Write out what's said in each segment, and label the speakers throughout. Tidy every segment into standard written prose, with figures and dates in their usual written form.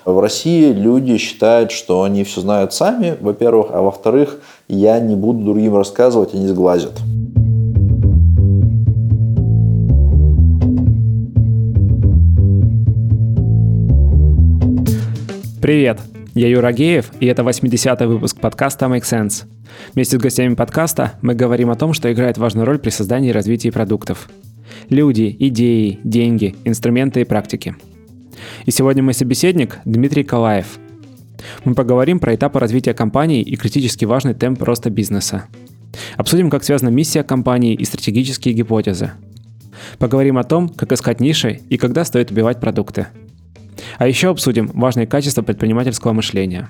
Speaker 1: В России люди считают, что они все знают сами, во-первых, а во-вторых, я не буду другим рассказывать, они сглазят.
Speaker 2: Привет, я Юра Геев, и это 80-й выпуск подкаста Make Sense. Вместе с гостями подкаста мы говорим о том, что играет важную роль при создании и развитии продуктов. Люди, идеи, деньги, инструменты и практики. И сегодня мой собеседник Дмитрий Калаев. Мы поговорим про этапы развития компании и критически важный темп роста бизнеса. Обсудим, как связана миссия компании и стратегические гипотезы. Поговорим о том, как искать ниши и когда стоит убивать продукты. А еще обсудим важные качества предпринимательского мышления.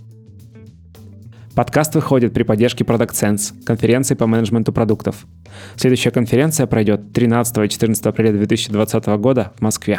Speaker 2: Подкаст выходит при поддержке Product Sense, конференции по менеджменту продуктов. Следующая конференция пройдет 13 и 14 апреля 2020 года в Москве.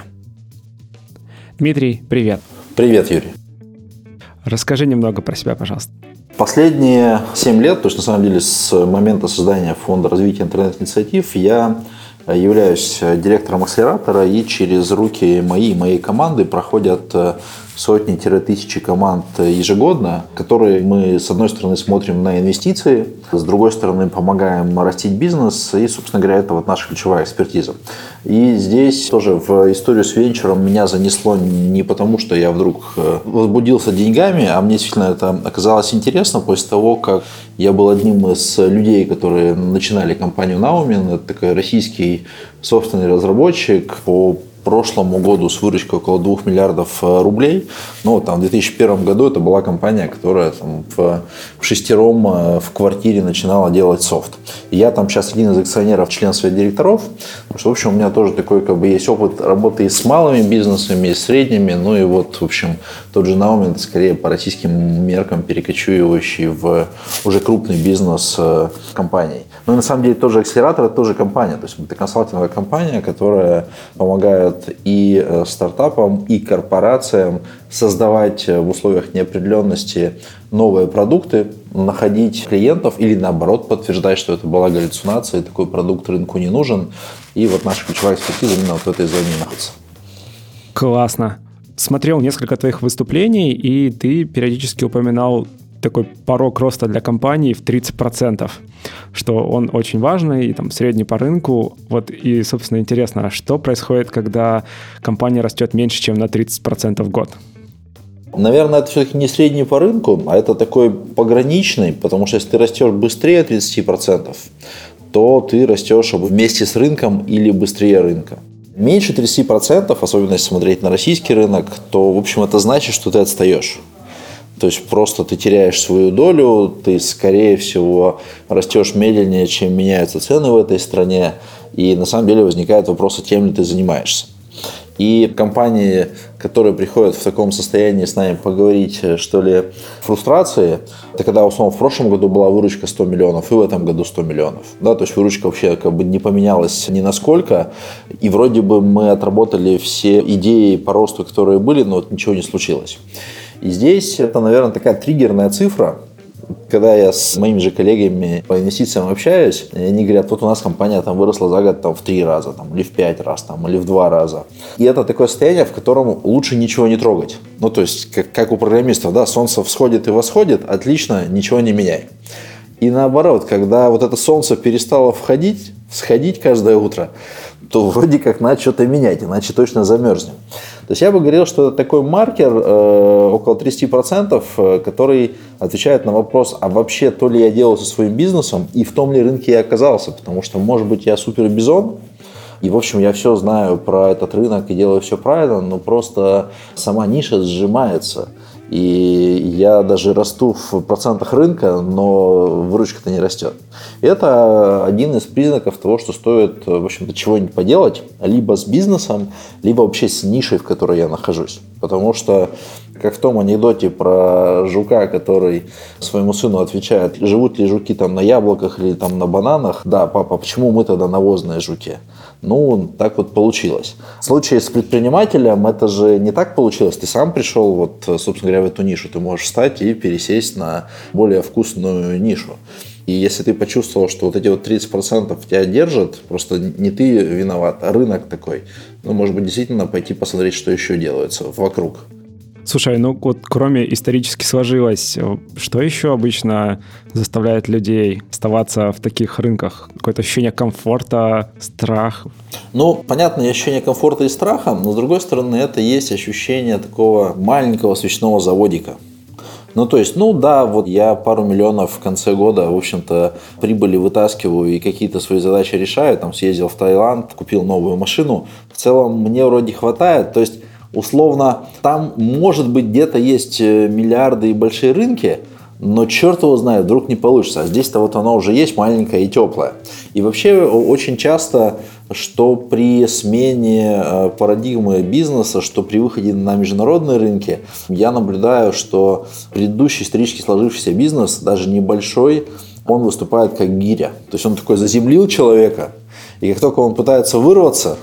Speaker 2: Дмитрий, привет.
Speaker 1: Привет, Юрий.
Speaker 2: Расскажи немного про себя, пожалуйста.
Speaker 1: Последние 7 лет, то есть на самом деле с момента создания фонда развития интернет-инициатив, я являюсь директором акселератора, и через руки моей команды проходят сотни-тысячи команд ежегодно, которые мы, с одной стороны, смотрим на инвестиции, с другой стороны, помогаем растить бизнес, и, собственно говоря, это вот наша ключевая экспертиза. И здесь тоже в историю с венчуром меня занесло не потому, что я вдруг возбудился деньгами, а мне действительно это оказалось интересно после того, как я был одним из людей, которые начинали компанию Naumin. Это такой российский собственный разработчик по прошлому году с выручкой около 2 миллиардов рублей. Но там, в 2001 году это была компания, которая там, в шестером в квартире начинала делать софт. И я там сейчас один из акционеров, член совета директоров. Потому что, в общем, у меня тоже такой есть опыт работы и с малыми бизнесами, и с средними. Ну и вот, в общем, тот же Naumin, скорее по российским меркам перекочуивающий в уже крупный бизнес компаний. Но на самом деле тоже акселератор, это тоже компания. То есть это консалтинговая компания, которая помогает и стартапам, и корпорациям создавать в условиях неопределенности новые продукты, находить клиентов или наоборот подтверждать, что это была галлюцинация, и такой продукт рынку не нужен. И вот наша ключевая экспертиза именно вот в этой зоне находится.
Speaker 2: Классно. Смотрел несколько твоих выступлений, и ты периодически упоминал такой порог роста для компании в 30%, что он очень важный, и там средний по рынку. Вот и, собственно, интересно, что происходит, когда компания растет меньше, чем на 30% в год?
Speaker 1: Наверное, это все-таки не средний по рынку, а это такой пограничный, потому что если ты растешь быстрее 30%, то ты растешь вместе с рынком или быстрее рынка. Меньше 30%, особенно если смотреть на российский рынок, то, в общем, это значит, что ты отстаешь. То есть просто ты теряешь свою долю, ты, скорее всего, растешь медленнее, чем меняются цены в этой стране, и на самом деле возникает вопрос, тем ли ты занимаешься. И компании, которые приходят в таком состоянии с нами поговорить, что ли, фрустрации, это когда, условно, в прошлом году была выручка 100 миллионов, и в этом году 100 миллионов. Да, то есть выручка вообще как бы не поменялась ни насколько, и вроде бы мы отработали все идеи по росту, которые были, но вот ничего не случилось. И здесь это, наверное, такая триггерная цифра. Когда я с моими же коллегами по инвестициям общаюсь, они говорят, вот у нас компания там выросла за год там, в 3 раза, там, или в 5 раз, там, или в 2 раза. И это такое состояние, в котором лучше ничего не трогать. Ну, то есть, как у программистов, да, солнце всходит и восходит, отлично, ничего не меняй. И наоборот, когда вот это солнце перестало всходить каждое утро, то вроде как надо что-то менять, иначе точно замерзнем. То есть я бы говорил, что это такой маркер около 30%, который отвечает на вопрос, а вообще то ли я делал со своим бизнесом и в том ли рынке я оказался, потому что, может быть, я супербизон, и, в общем, я все знаю про этот рынок и делаю все правильно, но просто сама ниша сжимается. И я даже расту в процентах рынка, но выручка-то не растет. И это один из признаков того, что стоит, в общем-то, чего-нибудь поделать, либо с бизнесом, либо вообще с нишей, в которой я нахожусь. Потому что, как в том анекдоте про жука, который своему сыну отвечает, живут ли жуки там на яблоках или там на бананах. Да, папа, почему мы тогда навозные жуки? Ну, так вот получилось. В случае с предпринимателем это же не так получилось. Ты сам пришел, вот, собственно говоря, в эту нишу. Ты можешь встать и пересесть на более вкусную нишу. И если ты почувствовал, что вот эти вот 30% тебя держат, просто не ты виноват, а рынок такой, ну, может быть, действительно пойти посмотреть, что еще делается вокруг.
Speaker 2: Слушай, ну вот кроме исторически сложилось, что еще обычно заставляет людей оставаться в таких рынках? Какое-то ощущение комфорта, страх?
Speaker 1: Ну, понятно, ощущение комфорта и страха, но с другой стороны, это есть ощущение такого маленького свечного заводика. Ну, то есть, ну да, вот я пару миллионов в конце года, в общем-то, прибыли вытаскиваю и какие-то свои задачи решаю. Там съездил в Таиланд, купил новую машину. В целом мне вроде хватает. То есть, условно, там, может быть, где-то есть миллиарды и большие рынки, но черт его знает, вдруг не получится. А здесь-то вот оно уже есть маленькое и теплое. И вообще очень часто, что при смене парадигмы бизнеса, что при выходе на международные рынки, я наблюдаю, что предыдущий исторически сложившийся бизнес, даже небольшой, он выступает как гиря. То есть он такой заземлил человека, и как только он пытается вырваться,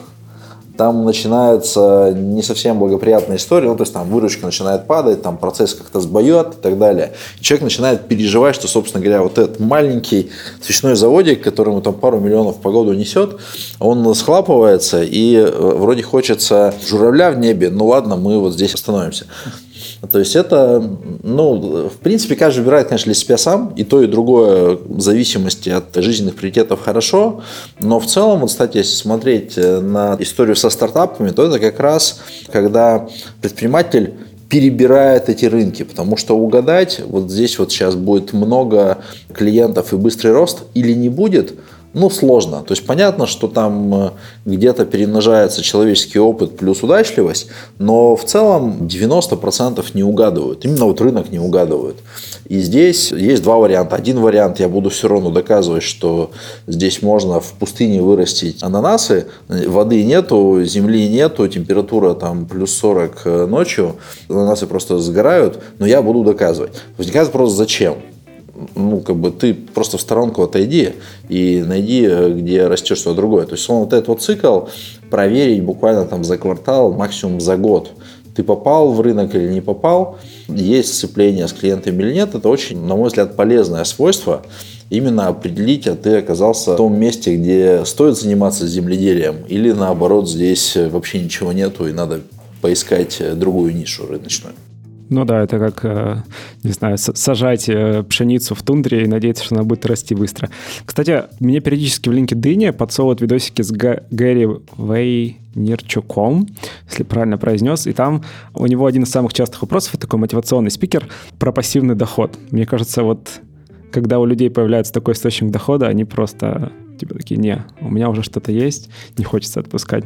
Speaker 1: там начинается не совсем благоприятная история, ну, то есть там выручка начинает падать, там процесс как-то сбоет и так далее. И человек начинает переживать, что, собственно говоря, вот этот маленький свечной заводик, которому там пару миллионов по году несет, он схлапывается, и вроде хочется журавля в небе, ну ладно, мы вот здесь остановимся. То есть это, ну, в принципе, каждый выбирает, конечно, для себя сам, и то, и другое в зависимости от жизненных приоритетов хорошо, но в целом, вот, кстати, если смотреть на историю со стартапами, то это как раз, когда предприниматель перебирает эти рынки, потому что угадать, вот здесь вот сейчас будет много клиентов и быстрый рост или не будет, ну, сложно. То есть понятно, что там где-то перемножается человеческий опыт плюс удачливость, но в целом 90% не угадывают. Именно вот рынок не угадывают. И здесь есть два варианта. Один вариант, я буду все равно доказывать, что здесь можно в пустыне вырастить ананасы, воды нету, земли нету, температура там плюс 40 ночью, ананасы просто сгорают, но я буду доказывать. Возникает вопрос, зачем? Ну, как бы ты просто в сторонку отойди и найди, где растет что-то другое. То есть, вот этот вот цикл проверить буквально там за квартал, максимум за год. Ты попал в рынок или не попал, есть сцепление с клиентами или нет, это очень, на мой взгляд, полезное свойство. Именно определить, а ты оказался в том месте, где стоит заниматься земледелием, или наоборот, здесь вообще ничего нету и надо поискать другую нишу рыночную.
Speaker 2: Ну да, это как, не знаю, сажать пшеницу в тундре и надеяться, что она будет расти быстро. Кстати, мне периодически в LinkedIn подсовывают видосики с Гэри Вайнерчуком, если правильно произнес, и там у него один из самых частых вопросов, это такой мотивационный спикер, про пассивный доход. Мне кажется, вот когда у людей появляется такой источник дохода, они просто типа такие, не, у меня уже что-то есть, не хочется отпускать.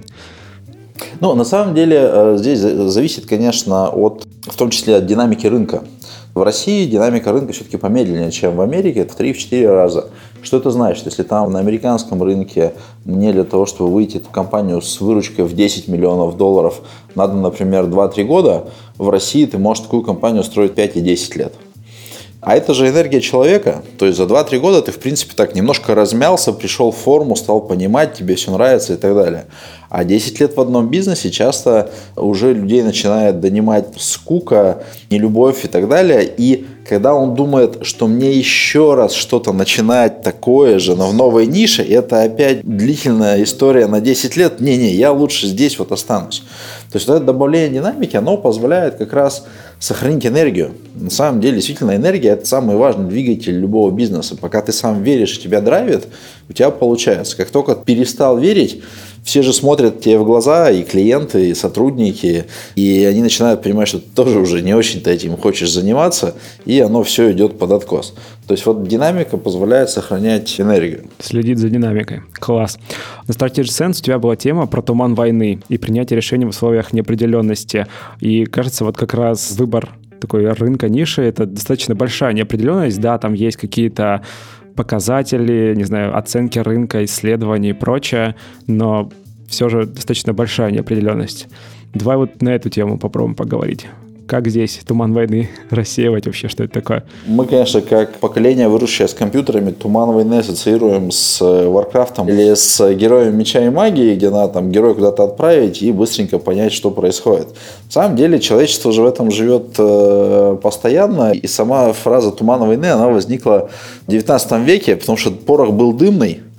Speaker 1: Ну, на самом деле, здесь зависит, конечно, в том числе от динамики рынка. В России динамика рынка все-таки помедленнее, чем в Америке, это в 3-4 раза. Что это значит? Если там на американском рынке мне для того, чтобы выйти в компанию с выручкой в 10 миллионов долларов, надо, например, 2-3 года, в России ты можешь такую компанию строить 5 и 10 лет. А это же энергия человека. То есть за 2-3 года ты, в принципе, так немножко размялся, пришел в форму, стал понимать, тебе все нравится и так далее. А 10 лет в одном бизнесе часто уже людей начинает донимать скука, нелюбовь и так далее. И когда он думает, что мне еще раз что-то начинать такое же, но в новой нише, это опять длительная история на 10 лет. Не-не, я лучше здесь вот останусь. То есть это добавление динамики, оно позволяет как раз сохранить энергию. На самом деле, действительно, энергия – это самый важный двигатель любого бизнеса. Пока ты сам веришь и тебя драйвит, у тебя получается. Как только перестал верить, все же смотрят тебе в глаза, и клиенты, и сотрудники, и они начинают понимать, что ты тоже уже не очень-то этим хочешь заниматься, и оно все идет под откос. То есть вот динамика позволяет сохранять энергию.
Speaker 2: Следить за динамикой. Класс. На Strategy Sense у тебя была тема про туман войны и принятие решений в условиях неопределенности. И кажется, вот как раз выбор такой рынка ниши – это достаточно большая неопределенность. Да, там есть какие-то показатели, не знаю, оценки рынка, исследования и прочее, но все же достаточно большая неопределенность. Давай вот на эту тему попробуем поговорить. Как здесь туман войны рассеивать вообще, что это такое?
Speaker 1: Мы, конечно, как поколение, выросшее с компьютерами, туман войны ассоциируем с Warcraft'ом или с Героем Меча и Магии, где надо там героя куда-то отправить и быстренько понять, что происходит. На самом деле, человечество же в этом живет постоянно, и сама фраза «туман войны», она возникла в 19 веке, потому что порох был дымный,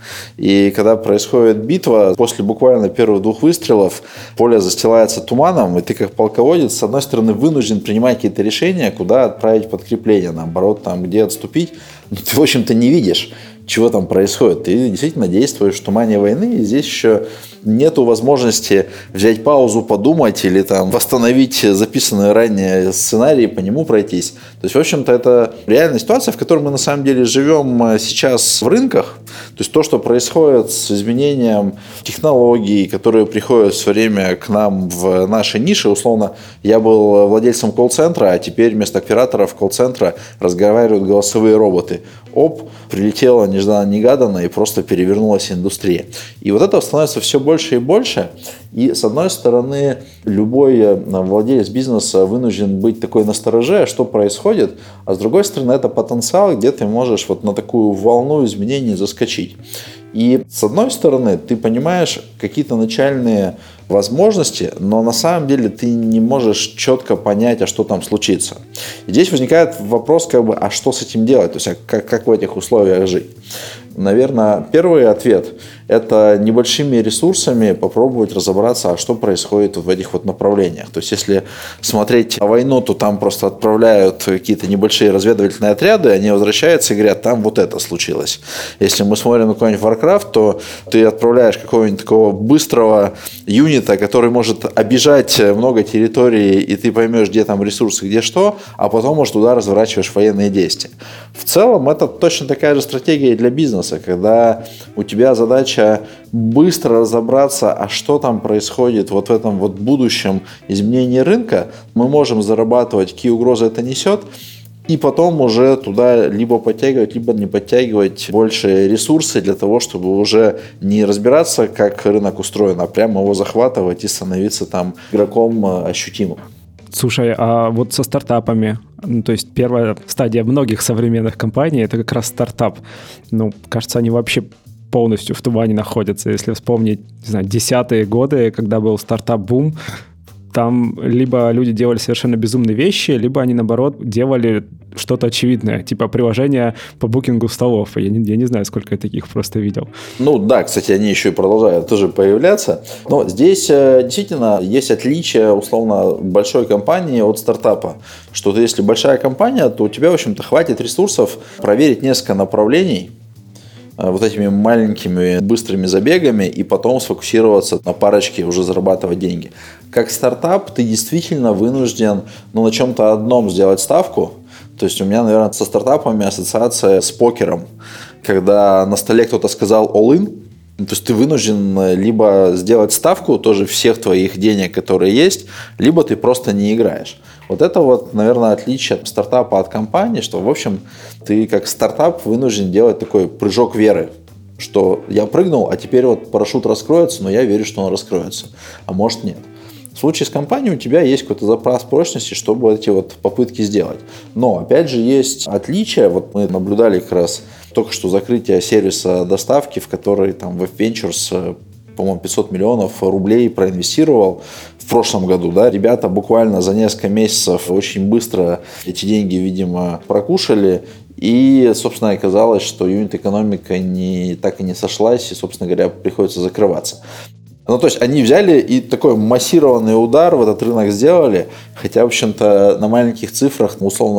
Speaker 1: И когда происходит битва, после буквально первых 2 выстрелов поле застилается туманом, и ты как полководец, с одной стороны, вынужден принимать какие-то решения, куда отправить подкрепление, наоборот, там, где отступить, но ты, в общем-то, не видишь, чего там происходит. Ты действительно действуешь в тумане войны, и здесь еще нету возможности взять паузу, подумать или там восстановить записанные ранее сценарии, по нему пройтись. То есть, в общем-то, это реальная ситуация, в которой мы на самом деле живем сейчас в рынках. То есть, то, что происходит с изменением технологий, которые приходят все время к нам в наши ниши. Условно, я был владельцем колл-центра, а теперь вместо операторов колл-центра разговаривают голосовые роботы. Прилетело нежданно-негаданно и просто перевернулась индустрия. И вот этого становится все больше и больше. И с одной стороны, любой владелец бизнеса вынужден быть такой настороже, что происходит, а с другой стороны, это потенциал, где ты можешь вот на такую волну изменений заскочить. И с одной стороны, ты понимаешь какие-то начальные возможности, но на самом деле ты не можешь четко понять, а что там случится. И здесь возникает вопрос, а что с этим делать, то есть как в этих условиях жить. Наверное, первый ответ – это небольшими ресурсами попробовать разобраться, а что происходит в этих вот направлениях. То есть, если смотреть войну, то там просто отправляют какие-то небольшие разведывательные отряды, они возвращаются и говорят, там вот это случилось. Если мы смотрим на какой-нибудь Warcraft, то ты отправляешь какого-нибудь такого быстрого юнита, который может обижать много территорий, и ты поймешь, где там ресурсы, где что, а потом, может, туда разворачиваешь военные действия. В целом, это точно такая же стратегия и для бизнеса, когда у тебя задача быстро разобраться, а что там происходит вот в этом вот будущем изменении рынка, мы можем зарабатывать, какие угрозы это несет, и потом уже туда либо подтягивать, либо не подтягивать больше ресурсы для того, чтобы уже не разбираться, как рынок устроен, а прямо его захватывать и становиться там игроком ощутимым.
Speaker 2: Слушай, а вот со стартапами, то есть первая стадия многих современных компаний – это как раз стартап. Кажется, они вообще полностью в тумане находятся. Если вспомнить, не знаю, 10-е годы, когда был стартап-бум, там либо люди делали совершенно безумные вещи, либо они, наоборот, делали что-то очевидное, типа приложение по букингу столов. Я не знаю, сколько я таких просто видел.
Speaker 1: Да, кстати, они еще и продолжают тоже появляться. Но здесь действительно есть отличие, условно, большой компании от стартапа. Что ты, если большая компания, то у тебя, в общем-то, хватит ресурсов проверить несколько направлений, вот этими маленькими быстрыми забегами и потом сфокусироваться на парочке, уже зарабатывать деньги. Как стартап ты действительно вынужден на чем-то одном сделать ставку. То есть у меня, наверное, со стартапами ассоциация с покером. Когда на столе кто-то сказал all-in, то есть ты вынужден либо сделать ставку тоже всех твоих денег, которые есть, либо ты просто не играешь. Вот это вот, наверное, отличие стартапа от компании, что, в общем, ты как стартап вынужден делать такой прыжок веры, что я прыгнул, а теперь вот парашют раскроется, но я верю, что он раскроется, а может нет. В случае с компанией у тебя есть какой-то запас прочности, чтобы эти вот попытки сделать. Но, опять же, есть отличия. Вот мы наблюдали как раз только что закрытие сервиса доставки, в который там Web Ventures, по-моему, 500 миллионов рублей проинвестировал в прошлом году. Да? Ребята буквально за несколько месяцев очень быстро эти деньги, видимо, прокушали. И, собственно, оказалось, что юнит-экономика так и не сошлась, и, собственно говоря, приходится закрываться. То есть они взяли и такой массированный удар в этот рынок сделали, хотя, в общем-то, на маленьких цифрах, условно,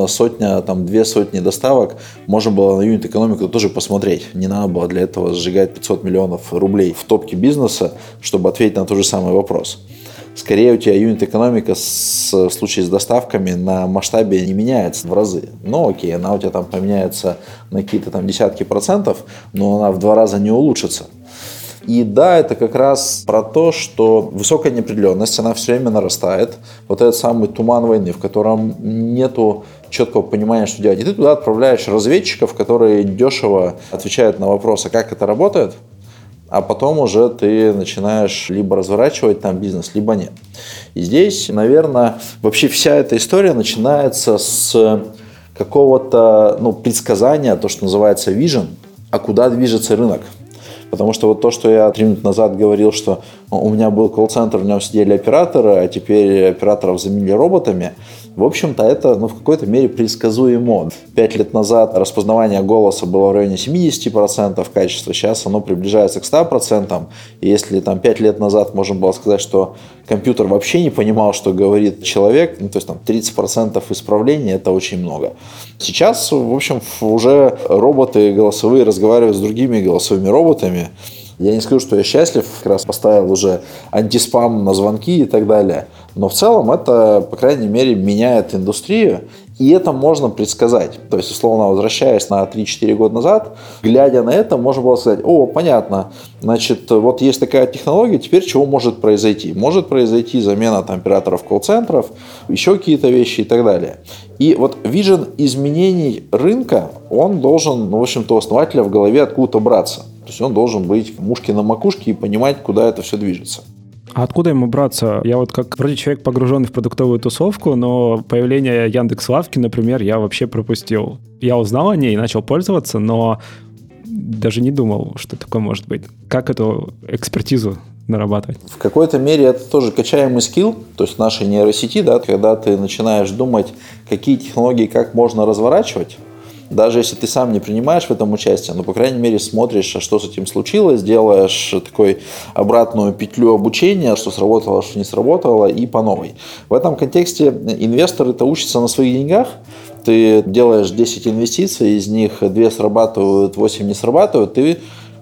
Speaker 1: 200 доставок, можно было на юнит-экономику тоже посмотреть. Не надо было для этого сжигать 500 миллионов рублей в топке бизнеса, чтобы ответить на тот же самый вопрос. Скорее, у тебя юнит-экономика в случае с доставками на масштабе не меняется в разы. Окей, она у тебя там поменяется на какие-то там десятки процентов, но она в 2 раза не улучшится. И да, это как раз про то, что высокая неопределенность, она все время нарастает. Вот этот самый туман войны, в котором нету четкого понимания, что делать. И ты туда отправляешь разведчиков, которые дешево отвечают на вопросы, как это работает, а потом уже ты начинаешь либо разворачивать там бизнес, либо нет. И здесь, наверное, вообще вся эта история начинается с какого-то предсказания, то, что называется vision, а куда движется рынок. Потому что вот то, что я 3 минуты назад говорил, что у меня был колл-центр, в нем сидели операторы, а теперь операторов заменили роботами. В общем-то, это в какой-то мере предсказуемо. 5 лет назад распознавание голоса было в районе 70% качества, сейчас оно приближается к 100%. И если 5 лет назад можно было сказать, что компьютер вообще не понимал, что говорит человек, то есть 30% исправлений – это очень много. Сейчас, в общем, уже роботы голосовые разговаривают с другими голосовыми роботами. Я не скажу, что я счастлив, как раз поставил уже антиспам на звонки и так далее. Но в целом это, по крайней мере, меняет индустрию, и это можно предсказать. То есть, условно, возвращаясь на 3-4 года назад, глядя на это, можно было сказать: о, понятно, значит, вот есть такая технология, теперь чего может произойти? Может произойти замена операторов колл-центров, еще какие-то вещи и так далее. И вот вижен изменений рынка, он должен, в общем-то, у основателя в голове откуда-то браться. То есть он должен быть мушки на макушке и понимать, куда это все движется.
Speaker 2: А откуда ему браться? Я вот как вроде человек, погруженный в продуктовую тусовку, но появление Яндекс.Лавки, например, я вообще пропустил. Я узнал о ней и начал пользоваться, но даже не думал, что такое может быть. Как эту экспертизу нарабатывать?
Speaker 1: В какой-то мере это тоже качаемый скилл, то есть нашей нейросети, да, когда ты начинаешь думать, какие технологии как можно разворачивать. Даже если ты сам не принимаешь в этом участие, но, по крайней мере, смотришь, что с этим случилось, делаешь такой обратную петлю обучения, что сработало, что не сработало, и по новой. В этом контексте инвесторы-то учатся на своих деньгах. Ты делаешь 10 инвестиций, из них 2 срабатывают, 8 не срабатывают, ты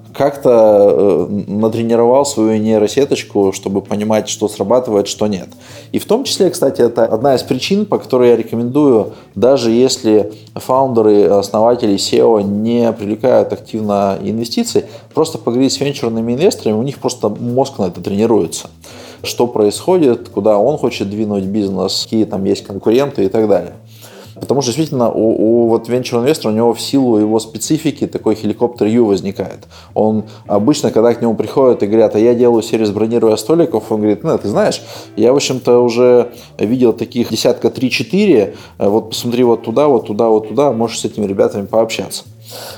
Speaker 1: как-то натренировал свою нейросеточку, чтобы понимать, что срабатывает, что нет. И в том числе, кстати, это одна из причин, по которой я рекомендую, даже если фаундеры, основатели SEO не привлекают активно инвестиций, просто поговорить с венчурными инвесторами, у них просто мозг на это тренируется. Что происходит, куда он хочет двинуть бизнес, какие там есть конкуренты и так далее. Потому что действительно у венчурного инвестора, у него в силу его специфики такой helicopter-view возникает. Он обычно, когда к нему приходят и говорят: а я делаю сервис бронирования столиков, он говорит: ты знаешь, я, в общем-то, уже видел таких десятка 3-4, вот посмотри вот туда, можешь с этими ребятами пообщаться.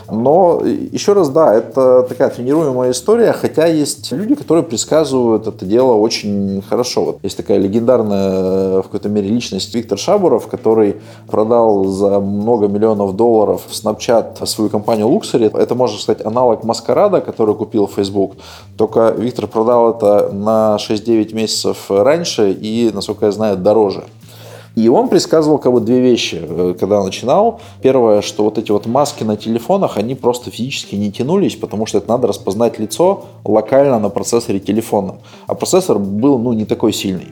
Speaker 1: Но еще раз, да, это такая тренируемая история, хотя есть люди, которые предсказывают это дело очень хорошо. Вот есть такая легендарная в какой-то мере личность Виктор Шабуров, который продал за много миллионов долларов в Snapchat свою компанию Luxury. Это, можно сказать, аналог Маскарада, который купил Facebook. Только Виктор продал это на 6-9 месяцев раньше и, насколько я знаю, дороже. И он предсказывал две вещи, когда начинал. Первое, что вот эти маски на телефонах, они просто физически не тянулись, потому что это надо распознать лицо локально на процессоре телефона. А процессор был не такой сильный.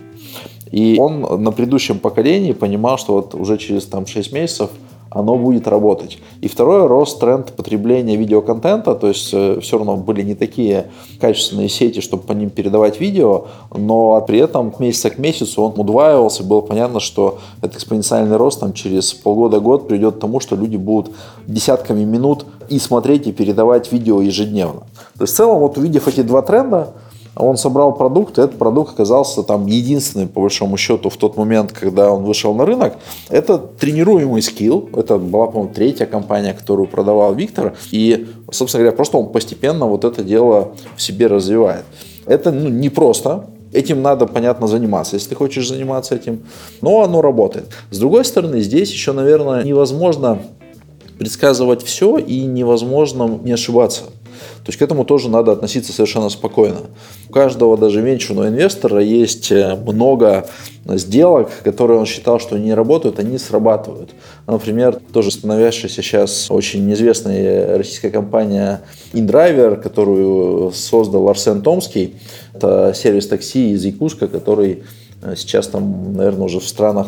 Speaker 1: И он на предыдущем поколении понимал, что вот уже через 6 месяцев оно будет работать. И второе, рост тренд потребления видеоконтента, то есть все равно были не такие качественные сети, чтобы по ним передавать видео, но при этом месяца к месяцу он удваивался, было понятно, что этот экспоненциальный рост через полгода-год приведет к тому, что люди будут десятками минут и смотреть, и передавать видео ежедневно. То есть в целом, увидев эти два тренда, он собрал продукт, и этот продукт оказался единственным, по большому счету, в тот момент, когда он вышел на рынок. Это тренируемый скилл. Это была, по-моему, 3-я компания, которую продавал Виктор. И, собственно говоря, просто он постепенно это дело в себе развивает. Это не просто. Этим надо, понятно, заниматься, если ты хочешь заниматься этим. Но оно работает. С другой стороны, здесь еще, наверное, невозможно предсказывать все и невозможно не ошибаться. То есть к этому тоже надо относиться совершенно спокойно. У каждого даже венчурного инвестора есть много сделок, которые он считал, что не работают, они срабатывают. Например, тоже становящаяся сейчас очень известная российская компания InDriver, которую создал Арсен Томский. Это сервис такси из Якутска, который сейчас наверное, уже в странах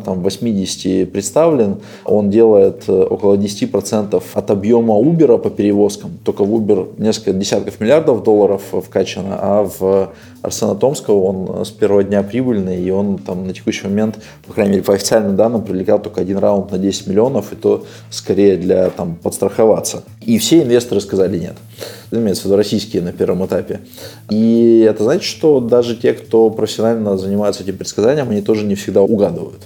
Speaker 1: 80 представлен. Он делает около 10% от объема Uber по перевозкам. Только в Uber несколько десятков миллиардов долларов вкачано, а в Арсена Томского он с первого дня прибыльный, и он на текущий момент, по крайней мере, по официальным данным, привлекал только один раунд на 10 миллионов, и то скорее для подстраховаться. И все инвесторы сказали нет. Имеется в виду российские на первом этапе. И это значит, что даже те, кто профессионально занимается этим предсказанием, они тоже не всегда угадывают.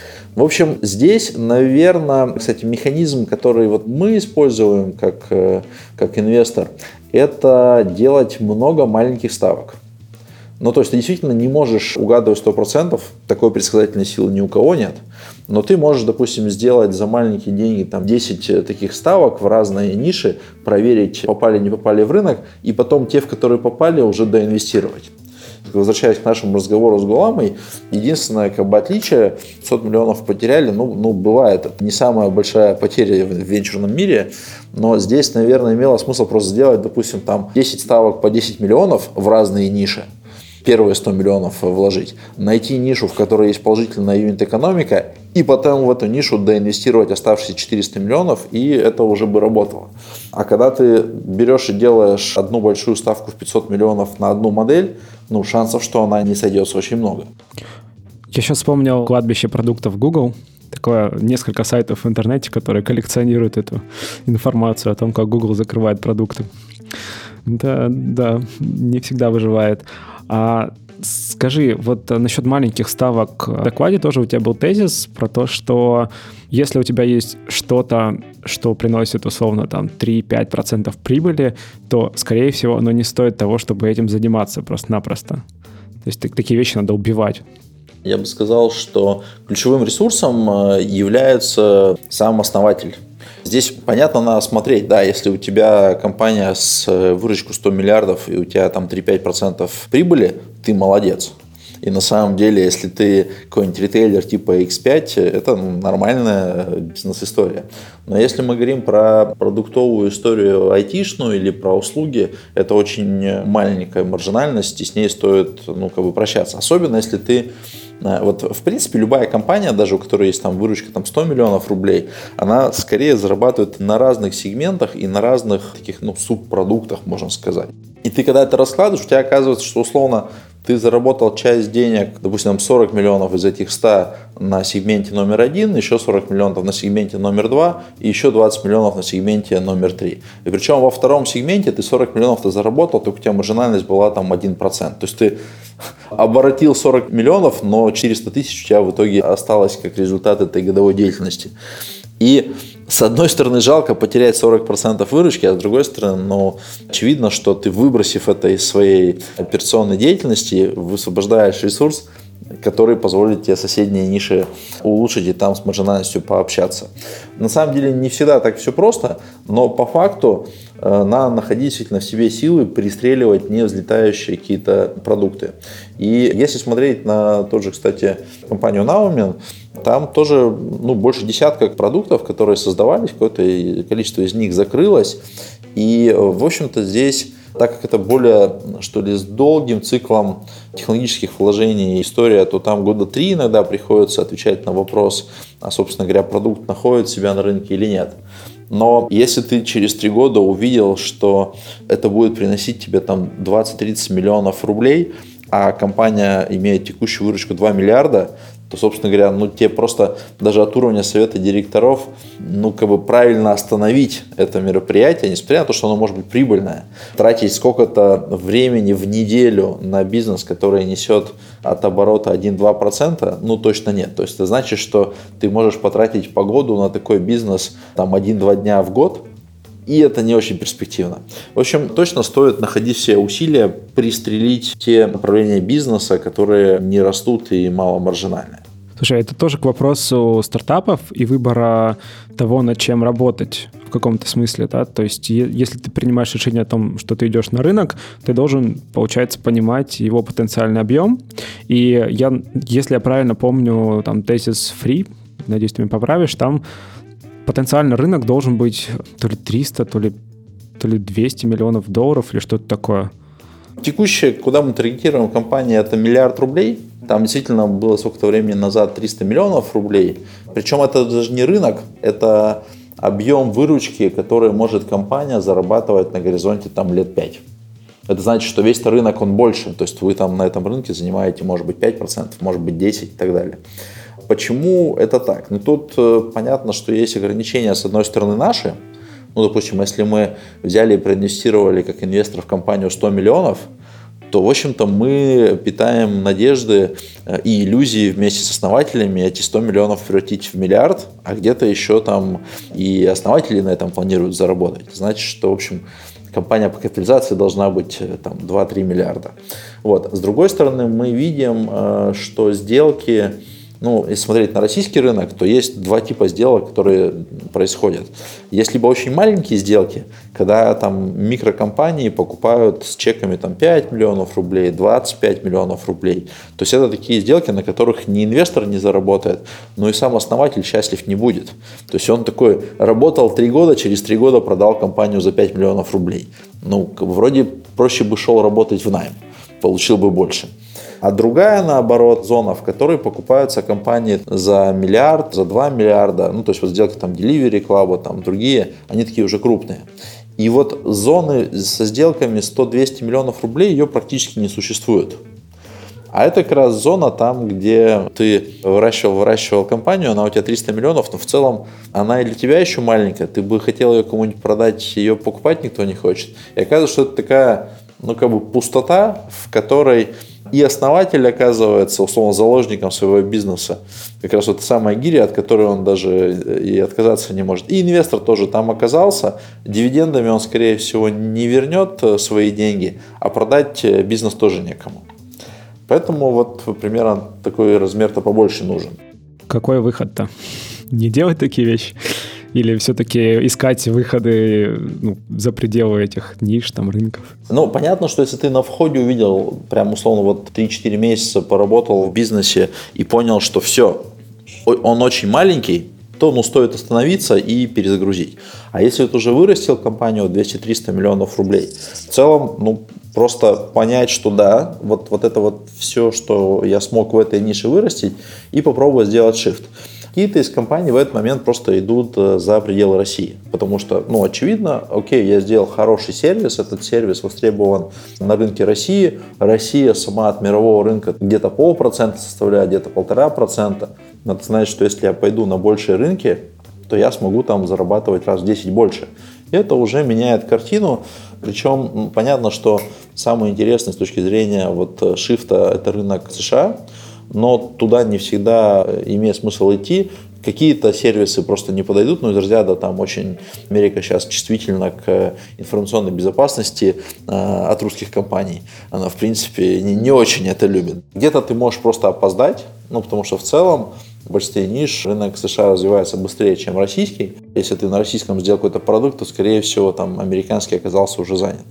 Speaker 1: В общем, здесь, наверное, кстати, механизм, который мы используем как инвестор, это делать много маленьких ставок. Ну, то есть ты действительно не можешь угадывать 100%, такой предсказательной силы ни у кого нет, но ты можешь, допустим, сделать за маленькие деньги там, 10 таких ставок в разные ниши, проверить, попали, не попали в рынок, и потом те, в которые попали, уже доинвестировать. Возвращаясь к нашему разговору с Гуламой, единственное отличие, 500 миллионов потеряли, бывает, это не самая большая потеря в венчурном мире, но здесь, наверное, имело смысл просто сделать, допустим, там 10 ставок по 10 миллионов в разные ниши. Первые 100 миллионов вложить, найти нишу, в которой есть положительная юнит-экономика, и потом в эту нишу доинвестировать оставшиеся 400 миллионов, и это уже бы работало. А когда ты берешь и делаешь одну большую ставку в 500 миллионов на одну модель, шансов, что она не сойдется, очень много.
Speaker 2: Я сейчас вспомнил кладбище продуктов Google. Такое несколько сайтов в интернете, которые коллекционируют эту информацию о том, как Google закрывает продукты. Да, не всегда выживает. А скажи, вот насчет маленьких ставок, в докладе тоже у тебя был тезис про то, что если у тебя есть что-то, что приносит условно там 3-5% прибыли, то, скорее всего, оно не стоит того, чтобы этим заниматься просто-напросто. То есть такие вещи надо убивать.
Speaker 1: Я бы сказал, что ключевым ресурсом является сам основатель. Здесь, понятно, надо смотреть, да, если у тебя компания с выручкой 100 миллиардов и у тебя там 3-5% прибыли, ты молодец. И на самом деле, если ты какой-нибудь ритейлер типа X5, это нормальная бизнес-история. Но если мы говорим про продуктовую историю айтишную или про услуги, это очень маленькая маржинальность, и с ней стоит прощаться. Особенно если ты... В принципе, любая компания, даже у которой есть там выручка 100 миллионов рублей, она скорее зарабатывает на разных сегментах и на разных таких субпродуктах, можно сказать. И ты, когда это раскладываешь, у тебя оказывается, что условно ты заработал часть денег, допустим, 40 миллионов из этих 100 на сегменте номер 1, еще 40 миллионов на сегменте номер 2 и еще 20 миллионов на сегменте номер 3. И причем во втором сегменте ты 40 миллионов заработал, только у тебя маржинальность была 1%. То есть ты оборотил 40 миллионов, но 400 тысяч у тебя в итоге осталось как результат этой годовой деятельности. И с одной стороны, жалко потерять 40% выручки, а с другой стороны, очевидно, что ты, выбросив это из своей операционной деятельности, высвобождаешь ресурс, который позволит тебе соседние ниши улучшить и там с маржинальностью пообщаться. На самом деле не всегда так все просто, но по факту надо находить действительно в себе силы пристреливать не взлетающие какие-то продукты. И если смотреть на тот же, кстати, компанию Naumin, там тоже больше десятка продуктов, которые создавались, какое-то количество из них закрылось. И, в общем-то, здесь, так как это более, с долгим циклом технологических вложений история, то там года 3 иногда приходится отвечать на вопрос, а, собственно говоря, продукт находит себя на рынке или нет. Но если ты через 3 года увидел, что это будет приносить тебе 20-30 миллионов рублей, а компания имеет текущую выручку 2 миллиарда, то, собственно говоря, тебе просто даже от уровня совета директоров, правильно остановить это мероприятие, несмотря на то, что оно может быть прибыльное. Тратить сколько-то времени в неделю на бизнес, который несет от оборота 1-2%, точно нет. То есть это значит, что ты можешь потратить по году на такой бизнес 1-2 дня в год, и это не очень перспективно. В общем, точно стоит находить все усилия пристрелить те направления бизнеса, которые не растут и маломаржинальные.
Speaker 2: Слушай, это тоже к вопросу стартапов и выбора того, над чем работать в каком-то смысле, да? То есть если ты принимаешь решение о том, что ты идешь на рынок, ты должен, получается, понимать его потенциальный объем. И если я правильно помню тезис Free, надеюсь, ты меня поправишь, там потенциальный рынок должен быть то ли 300, то ли 200 миллионов долларов или что-то такое.
Speaker 1: Текущая, куда мы таргетируем компания, это 1 миллиард рублей. Там действительно было сколько-то времени назад 300 миллионов рублей. Причем это даже не рынок, это объем выручки, который может компания зарабатывать на горизонте лет 5. Это значит, что весь рынок, он больше. То есть вы на этом рынке занимаете, может быть, 5%, может быть, 10% и так далее. Почему это так? Тут понятно, что есть ограничения, с одной стороны, наши. Допустим, если мы взяли и проинвестировали как инвестор в компанию 100 миллионов, то, в общем-то, мы питаем надежды и иллюзии вместе с основателями эти 100 миллионов превратить в миллиард, а где-то еще и основатели на этом планируют заработать. Значит, что, в общем, компания по капитализации должна быть там 2-3 миллиарда. Вот. С другой стороны, мы видим, что сделки, если смотреть на российский рынок, то есть два типа сделок, которые происходят. Есть либо очень маленькие сделки, когда там микрокомпании покупают с чеками там, 5 миллионов рублей, 25 миллионов рублей. То есть это такие сделки, на которых ни инвестор не заработает, но и сам основатель счастлив не будет. То есть он такой работал 3 года, через 3 года продал компанию за 5 миллионов рублей. Вроде проще бы шел работать в найм, получил бы больше. А другая, наоборот, зона, в которой покупаются компании за миллиард, за 2 миллиарда, то есть вот сделки там Delivery Club, там другие, они такие уже крупные. И вот зоны со сделками 100-200 миллионов рублей, ее практически не существует. А это как раз зона там, где ты выращивал компанию, она у тебя 300 миллионов, но в целом она и для тебя еще маленькая, ты бы хотел ее кому-нибудь продать, ее покупать никто не хочет. И оказывается, что это такая, пустота, в которой и основатель оказывается, условно, заложником своего бизнеса. Как раз вот та самая гиря, от которой он даже и отказаться не может. И инвестор тоже там оказался. Дивидендами он, скорее всего, не вернет свои деньги, а продать бизнес тоже некому. Поэтому вот примерно такой размер-то побольше нужен.
Speaker 2: Какой выход-то? Не делать такие вещи? Или все-таки искать выходы за пределы этих ниш, рынков?
Speaker 1: Понятно, что если ты на входе увидел, прям условно, 3-4 месяца поработал в бизнесе и понял, что все, он очень маленький, то стоит остановиться и перезагрузить. А если ты уже вырастил компанию 200-300 миллионов рублей, в целом, просто понять, что да, вот это все, что я смог в этой нише вырастить, и попробовать сделать shift. Какие-то из компаний в этот момент просто идут за пределы России, потому что, очевидно, окей, я сделал хороший сервис, этот сервис востребован на рынке России, Россия сама от мирового рынка где-то 0,5% составляет, где-то 1,5%. Надо знать, что если я пойду на большие рынки, то я смогу там зарабатывать раз в 10 больше. И это уже меняет картину, причем понятно, что самое интересное с точки зрения шифта – это рынок США, но туда не всегда имеет смысл идти. Какие-то сервисы просто не подойдут, из разряда там очень Америка сейчас чувствительна к информационной безопасности от русских компаний. Она, в принципе, не очень это любит. Где-то ты можешь просто опоздать, потому что в целом в большинстве ниш рынок США развивается быстрее, чем российский. Если ты на российском сделал какой-то продукт, то, скорее всего, там американский оказался уже занят.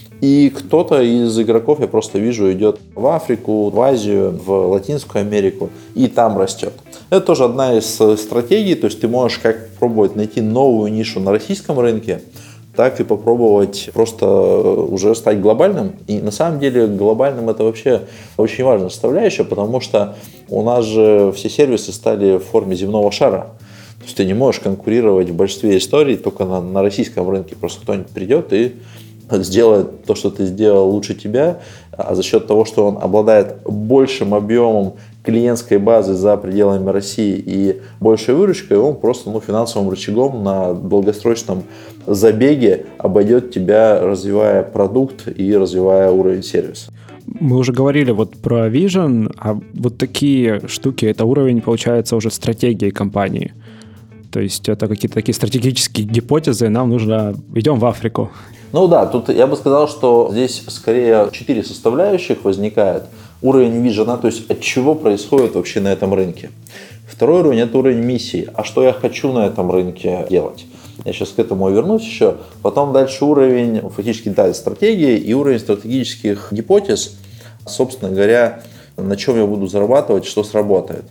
Speaker 1: И кто-то из игроков, я просто вижу, идет в Африку, в Азию, в Латинскую Америку и там растет. Это тоже одна из стратегий, то есть ты можешь как пробовать найти новую нишу на российском рынке, так и попробовать просто уже стать глобальным. И на самом деле глобальным это вообще очень важная составляющая, потому что у нас же все сервисы стали в форме земного шара. То есть ты не можешь конкурировать в большинстве историй только на российском рынке. Просто кто-нибудь придет и сделает то, что ты сделал, лучше тебя, а за счет того, что он обладает большим объемом клиентской базы за пределами России и большей выручкой, он просто финансовым рычагом на долгосрочном забеге обойдет тебя, развивая продукт и развивая уровень сервиса.
Speaker 2: Мы уже говорили про Vision, а такие штуки, это уровень, получается, уже стратегии компании. То есть это какие-то такие стратегические гипотезы, нам нужно, идем в Африку.
Speaker 1: Тут я бы сказал, что здесь скорее 4 составляющих возникает. Уровень вижена, то есть от чего происходит вообще на этом рынке. Второй уровень – это уровень миссии. А что я хочу на этом рынке делать? Я сейчас к этому вернусь еще. Потом дальше уровень фактически стратегии и уровень стратегических гипотез. Собственно говоря, на чем я буду зарабатывать, что сработает.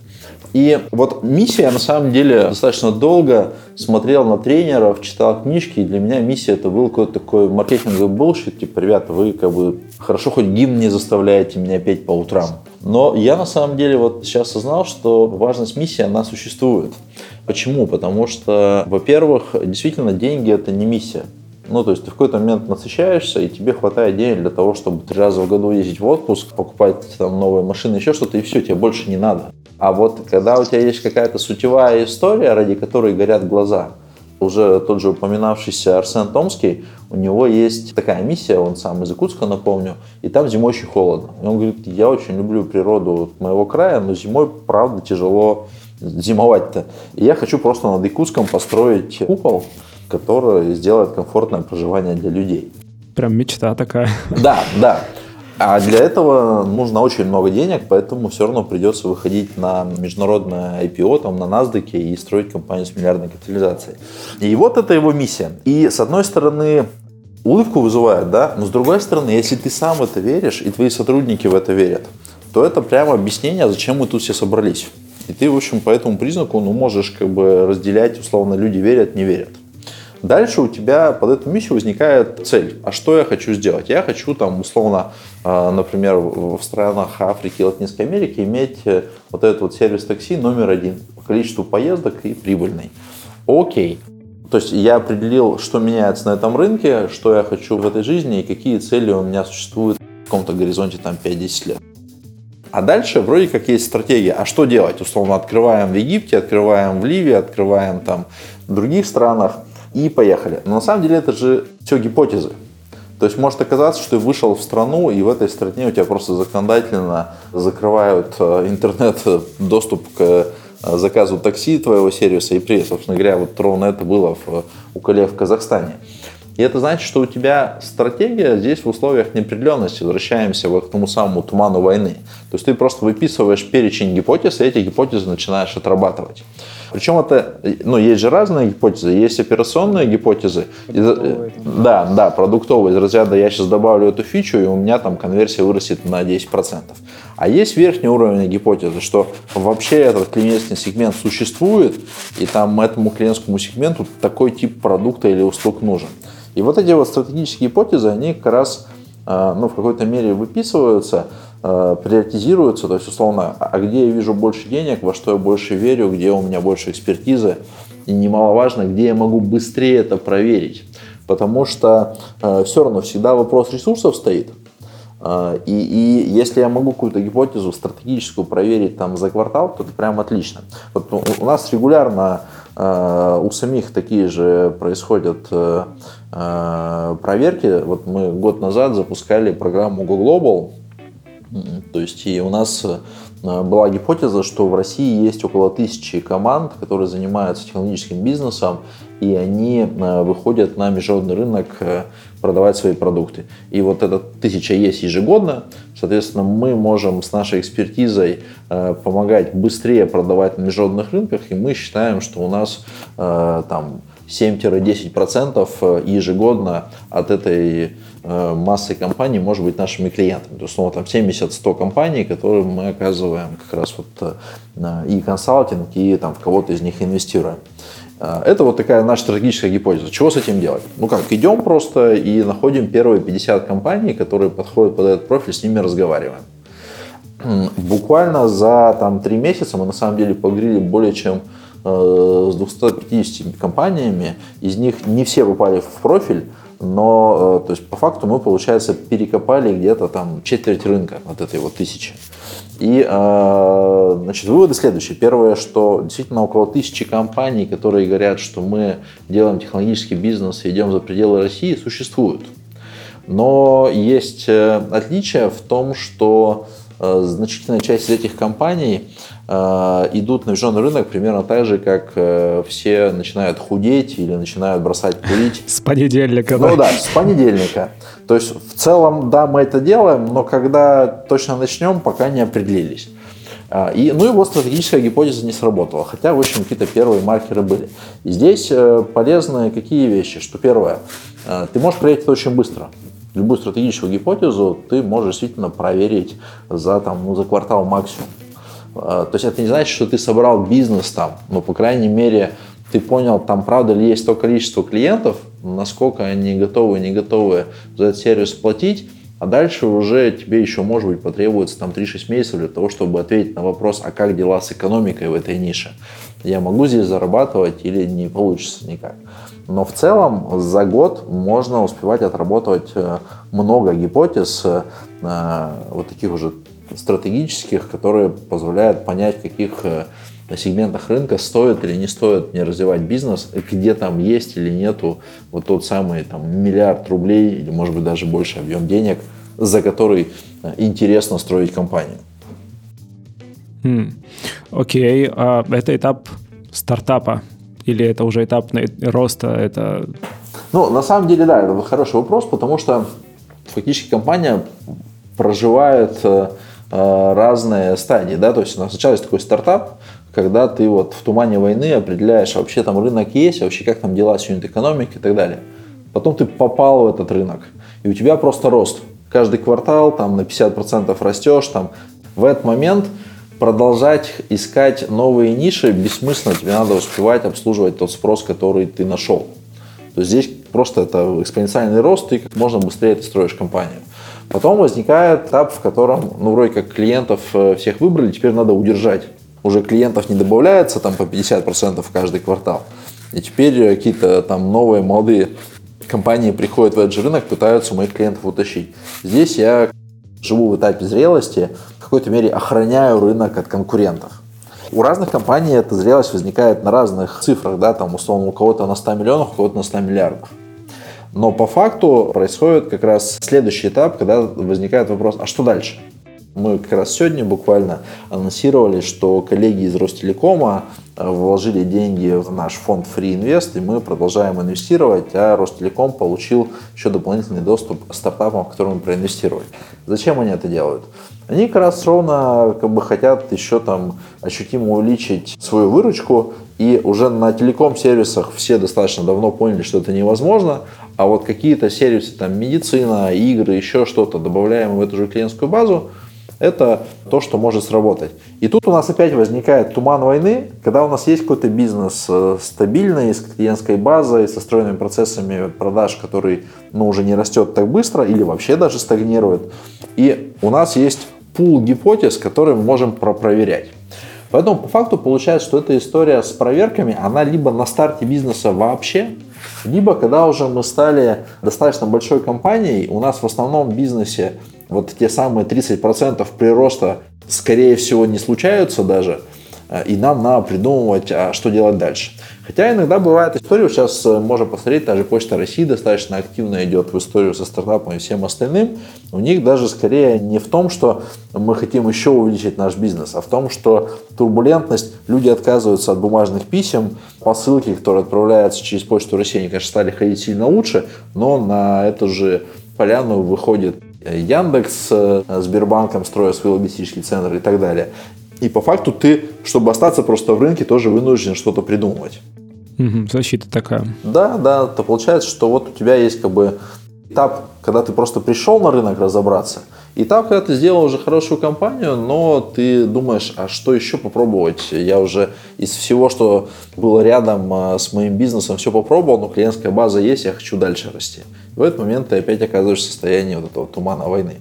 Speaker 1: И миссия, на самом деле, достаточно долго смотрел на тренеров, читал книжки, и для меня миссия это был какой-то такой маркетинговый булшит, ребята, вы хорошо хоть гимн не заставляете меня петь по утрам. Но я на самом деле сейчас осознал, что важность миссии, она существует. Почему? Потому что, во-первых, действительно деньги это не миссия. То есть ты в какой-то момент насыщаешься, и тебе хватает денег для того, чтобы 3 раза в году ездить в отпуск, покупать там новые машины, еще что-то, и все, тебе больше не надо. А когда у тебя есть какая-то сутевая история, ради которой горят глаза, уже тот же упоминавшийся Арсен Томский, у него есть такая миссия, он сам из Якутска, напомню, и там зимой очень холодно. И он говорит, я очень люблю природу моего края, но зимой, правда, тяжело зимовать-то. И я хочу просто над Якутском построить купол, который сделает комфортное проживание для людей.
Speaker 2: Прям мечта такая.
Speaker 1: Да, да. А для этого нужно очень много денег, поэтому все равно придется выходить на международное IPO, там, на NASDAQ и строить компанию с миллиардной капитализацией. И вот это его миссия. И с одной стороны, улыбку вызывает, да, но с другой стороны, если ты сам в это веришь, и твои сотрудники в это верят, то это прямо объяснение, зачем мы тут все собрались. И ты, в общем, по этому признаку, можешь как бы разделять, условно, люди верят, не верят. Дальше у тебя под эту миссию возникает цель. А что я хочу сделать? Я хочу, там, условно, например, в странах Африки и Латинской Америки иметь вот этот вот сервис такси номер 1 по количеству поездок и прибыльный. Окей. То есть я определил, что меняется на этом рынке, что я хочу в этой жизни и какие цели у меня существуют в каком-то горизонте там 5-10 лет. А дальше вроде как есть стратегия. А что делать? Условно, открываем в Египте, открываем в Ливии, открываем там в других странах. И поехали. Но на самом деле это же все гипотезы. То есть может оказаться, что ты вышел в страну, и в этой стране у тебя просто законодательно закрывают интернет-доступ к заказу такси твоего сервиса. И привет, собственно говоря, вот ровно это было у коллег в Казахстане. И это значит, что у тебя стратегия здесь в условиях неопределенности. Возвращаемся к тому самому туману войны. То есть ты просто выписываешь перечень гипотез, и эти гипотезы начинаешь отрабатывать. Причем это, есть же разные гипотезы, есть операционные гипотезы. Да, продуктовые. Из разряда я сейчас добавлю эту фичу, и у меня там конверсия вырастет на 10%. А есть верхний уровень гипотезы, что вообще этот клиентский сегмент существует, и там этому клиентскому сегменту такой тип продукта или услуг нужен. И вот эти вот стратегические гипотезы, они как раз в какой-то мере выписываются, приоритизируются, то есть условно, а где я вижу больше денег, во что я больше верю, где у меня больше экспертизы, и немаловажно, где я могу быстрее это проверить, потому что все равно всегда вопрос ресурсов стоит, и если я могу какую-то гипотезу стратегическую проверить там за квартал, то это прям отлично. Вот у нас регулярно у самих такие же происходят проверки. Вот мы год назад запускали программу Go Global. То есть и у нас была гипотеза, что в России есть около 1000 команд, которые занимаются технологическим бизнесом, и они выходят на международный рынок продавать свои продукты. И вот эта 1000 есть ежегодно. Соответственно, мы можем с нашей экспертизой помогать быстрее продавать на международных рынках, и мы считаем, что у нас там 7-10% ежегодно от этой массы компаний может быть нашими клиентами. То есть, там 70-100 компаний, которым мы оказываем как раз вот и консалтинг, и там в кого-то из них инвестируем. Это вот такая наша стратегическая гипотеза. Чего с этим делать? Идем просто и находим первые 50 компаний, которые подходят под этот профиль, с ними разговариваем. Буквально за 3 месяца мы на самом деле поговорили более чем с 250 компаниями. Из них не все попали в профиль, но то есть по факту мы, получается, перекопали где-то там четверть рынка от этой вот 1000. И выводы следующие. Первое, что действительно около 1000 компаний, которые говорят, что мы делаем технологический бизнес и идем за пределы России, существуют. Но есть отличие в том, что значительная часть из этих компаний идут на международный рынок примерно так же, как все начинают худеть или начинают бросать курить.
Speaker 2: С понедельника.
Speaker 1: С понедельника. То есть в целом, да, мы это делаем, но когда точно начнем, пока не определились. И вот стратегическая гипотеза не сработала, хотя, в общем, какие-то первые маркеры были. И здесь полезны какие вещи? Что первое, ты можешь проверить это очень быстро. Любую стратегическую гипотезу ты можешь действительно проверить за квартал максимум. То есть это не значит, что ты собрал бизнес там, но, по крайней мере, ты понял, там правда ли есть то количество клиентов, насколько они готовы и не готовы за этот сервис платить, а дальше уже тебе еще, может быть, потребуется 3-6 месяцев для того, чтобы ответить на вопрос, а как дела с экономикой в этой нише. Я могу здесь зарабатывать или не получится никак. Но в целом за год можно успевать отработать много гипотез, вот таких уже стратегических, которые позволяют понять, в каких сегментах рынка стоит или не стоит не развивать бизнес, где там есть или нету вот тот самый миллиард рублей или, может быть, даже больше объем денег, за который интересно строить компанию.
Speaker 2: Окей, а это этап стартапа или это уже этап роста? Это
Speaker 1: Ну, на самом деле, да, это хороший вопрос, потому что фактически компания проживает разные стадии, да, то есть у нас сначала есть такой стартап, когда ты вот в тумане войны определяешь, вообще там рынок есть, вообще как там дела с юнит-экономикой и так далее. Потом ты попал в этот рынок, и у тебя просто рост. Каждый квартал там на 50% растешь, там в этот момент продолжать искать новые ниши бессмысленно, тебе надо успевать обслуживать тот спрос, который ты нашел. То есть здесь просто это экспоненциальный рост, ты как можно быстрее ты строишь компанию. Потом возникает этап, в котором, ну, вроде как клиентов всех выбрали, теперь надо удержать. Уже клиентов не добавляется там по 50% каждый квартал. И теперь какие-то там новые, молодые компании приходят в этот же рынок, пытаются моих клиентов утащить. Здесь я живу в этапе зрелости, в какой-то мере охраняю рынок от конкурентов. У разных компаний эта зрелость возникает на разных цифрах, да, там условно у кого-то на 100 миллионов, у кого-то на 100 миллиардов. Но по факту происходит как раз следующий этап, когда возникает вопрос, а что дальше? Мы как раз сегодня буквально анонсировали, что коллеги из Ростелекома вложили деньги в наш фонд Free Invest, и мы продолжаем инвестировать, а Ростелеком получил еще дополнительный доступ к стартапам, в которые мы проинвестировали. Зачем они это делают? Они как раз ровно хотят еще там ощутимо увеличить свою выручку, и уже на телеком-сервисах все достаточно давно поняли, что это невозможно, а вот какие-то сервисы, там медицина, игры, еще что-то, добавляем в эту же клиентскую базу, это то, что может сработать. И тут у нас опять возникает туман войны, когда у нас есть какой-то бизнес стабильный, с клиентской базой, со стройными процессами продаж, который уже не растет так быстро или вообще даже стагнирует. И у нас есть пул гипотез, которые мы можем проверять. Поэтому по факту получается, что эта история с проверками, она либо на старте бизнеса вообще, либо когда уже мы стали достаточно большой компанией, у нас в основном бизнесе вот те самые 30% прироста, скорее всего, не случаются даже, и нам надо придумывать, что делать дальше. Хотя иногда бывает история, сейчас можно посмотреть, та же Почта России достаточно активно идет в историю со стартапом и всем остальным. У них даже скорее не в том, что мы хотим еще увеличить наш бизнес, а в том, что турбулентность, люди отказываются от бумажных писем, посылки, которые отправляются через Почту России, они, конечно, стали ходить сильно лучше, но на эту же поляну выходит Яндекс с Сбербанком, строя свой логистический центр и так далее. И по факту ты, чтобы остаться просто в рынке, тоже вынужден что-то придумывать.
Speaker 2: Защита такая.
Speaker 1: Да, то получается, что вот у тебя есть этап, когда ты просто пришел на рынок разобраться, и этап, когда ты сделал уже хорошую компанию, но ты думаешь, а что еще попробовать? Я уже из всего, что было рядом с моим бизнесом, все попробовал, но клиентская база есть, я хочу дальше расти. В этот момент ты опять оказываешься в состоянии вот этого тумана войны.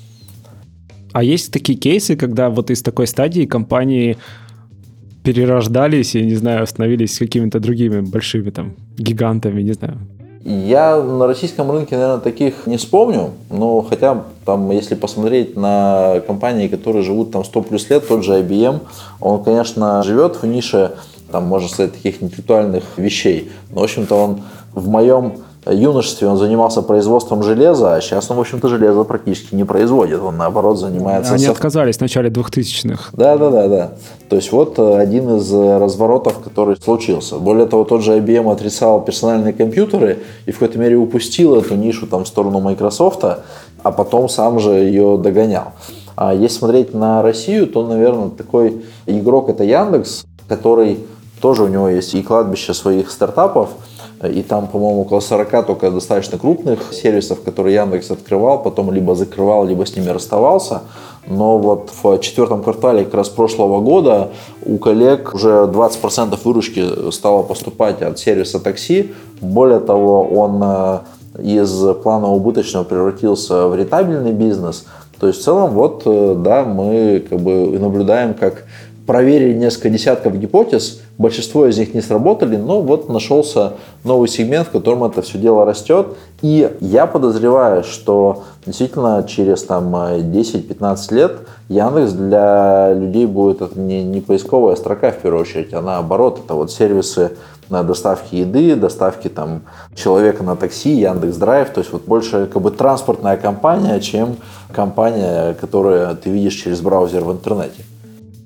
Speaker 2: А есть такие кейсы, когда вот из такой стадии компании перерождались и, не знаю, становились какими-то другими большими там гигантами, не знаю?
Speaker 1: Я на российском рынке, наверное, таких не вспомню, но хотя там, если посмотреть на компании, которые живут там 100 плюс лет, тот же IBM, он, конечно, живет в нише, там, можно сказать, таких интеллектуальных вещей, но, в общем-то, он в моем юношестве он занимался производством железа, а сейчас он, в общем-то, железо практически не производит. Он, наоборот, занимается...
Speaker 2: Они отказались в начале 2000-х.
Speaker 1: Да. То есть вот один из разворотов, который случился. Более того, тот же IBM отрицал персональные компьютеры и в какой-то мере упустил эту нишу там в сторону Microsoft, а потом сам же ее догонял. А если смотреть на Россию, то, наверное, такой игрок — это Яндекс, который тоже у него есть и кладбище своих стартапов, и там, по-моему, около 40 только достаточно крупных сервисов, которые Яндекс открывал, потом либо закрывал, либо с ними расставался. Но вот в четвертом квартале как раз прошлого года у коллег уже 20% выручки стало поступать от сервиса такси. Более того, он из плана убыточного превратился в рентабельный бизнес. То есть в целом вот, да, мы наблюдаем, как проверили несколько десятков гипотез, большинство из них не сработали, но вот нашелся новый сегмент, в котором это все дело растет. И я подозреваю, что действительно через 10-15 лет Яндекс для людей будет это не поисковая строка в первую очередь, а наоборот, это вот сервисы на доставки еды, доставки человека на такси, Яндекс.Драйв, то есть вот больше транспортная компания, чем компания, которую ты видишь через браузер в интернете.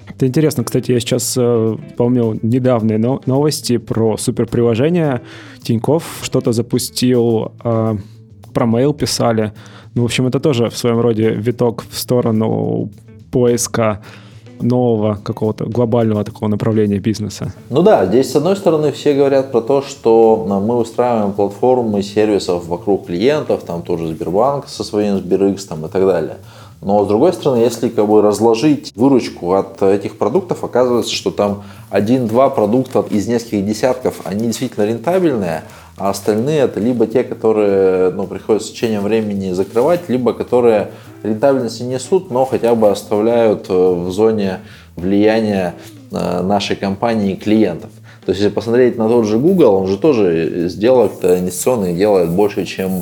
Speaker 2: Это интересно. Кстати, я сейчас вспомнил недавние новости про суперприложение. Тинькофф что-то запустил, про Mail писали. Ну, в общем, это тоже в своем роде виток в сторону поиска нового какого-то глобального такого направления бизнеса.
Speaker 1: Ну да, здесь с одной стороны все говорят про то, что мы устраиваем платформы сервисов вокруг клиентов, там тоже Сбербанк со своим Сберикс там, и так далее. Но с другой стороны, если как бы разложить выручку от этих продуктов, оказывается, что там 1-2 продукта из нескольких десятков, они действительно рентабельные, а остальные это либо те, которые приходится с течением времени закрывать, либо которые рентабельности несут, но хотя бы оставляют в зоне влияния нашей компании и клиентов. То есть, если посмотреть на тот же Google, он же тоже сделок-то инвестиционных делает больше, чем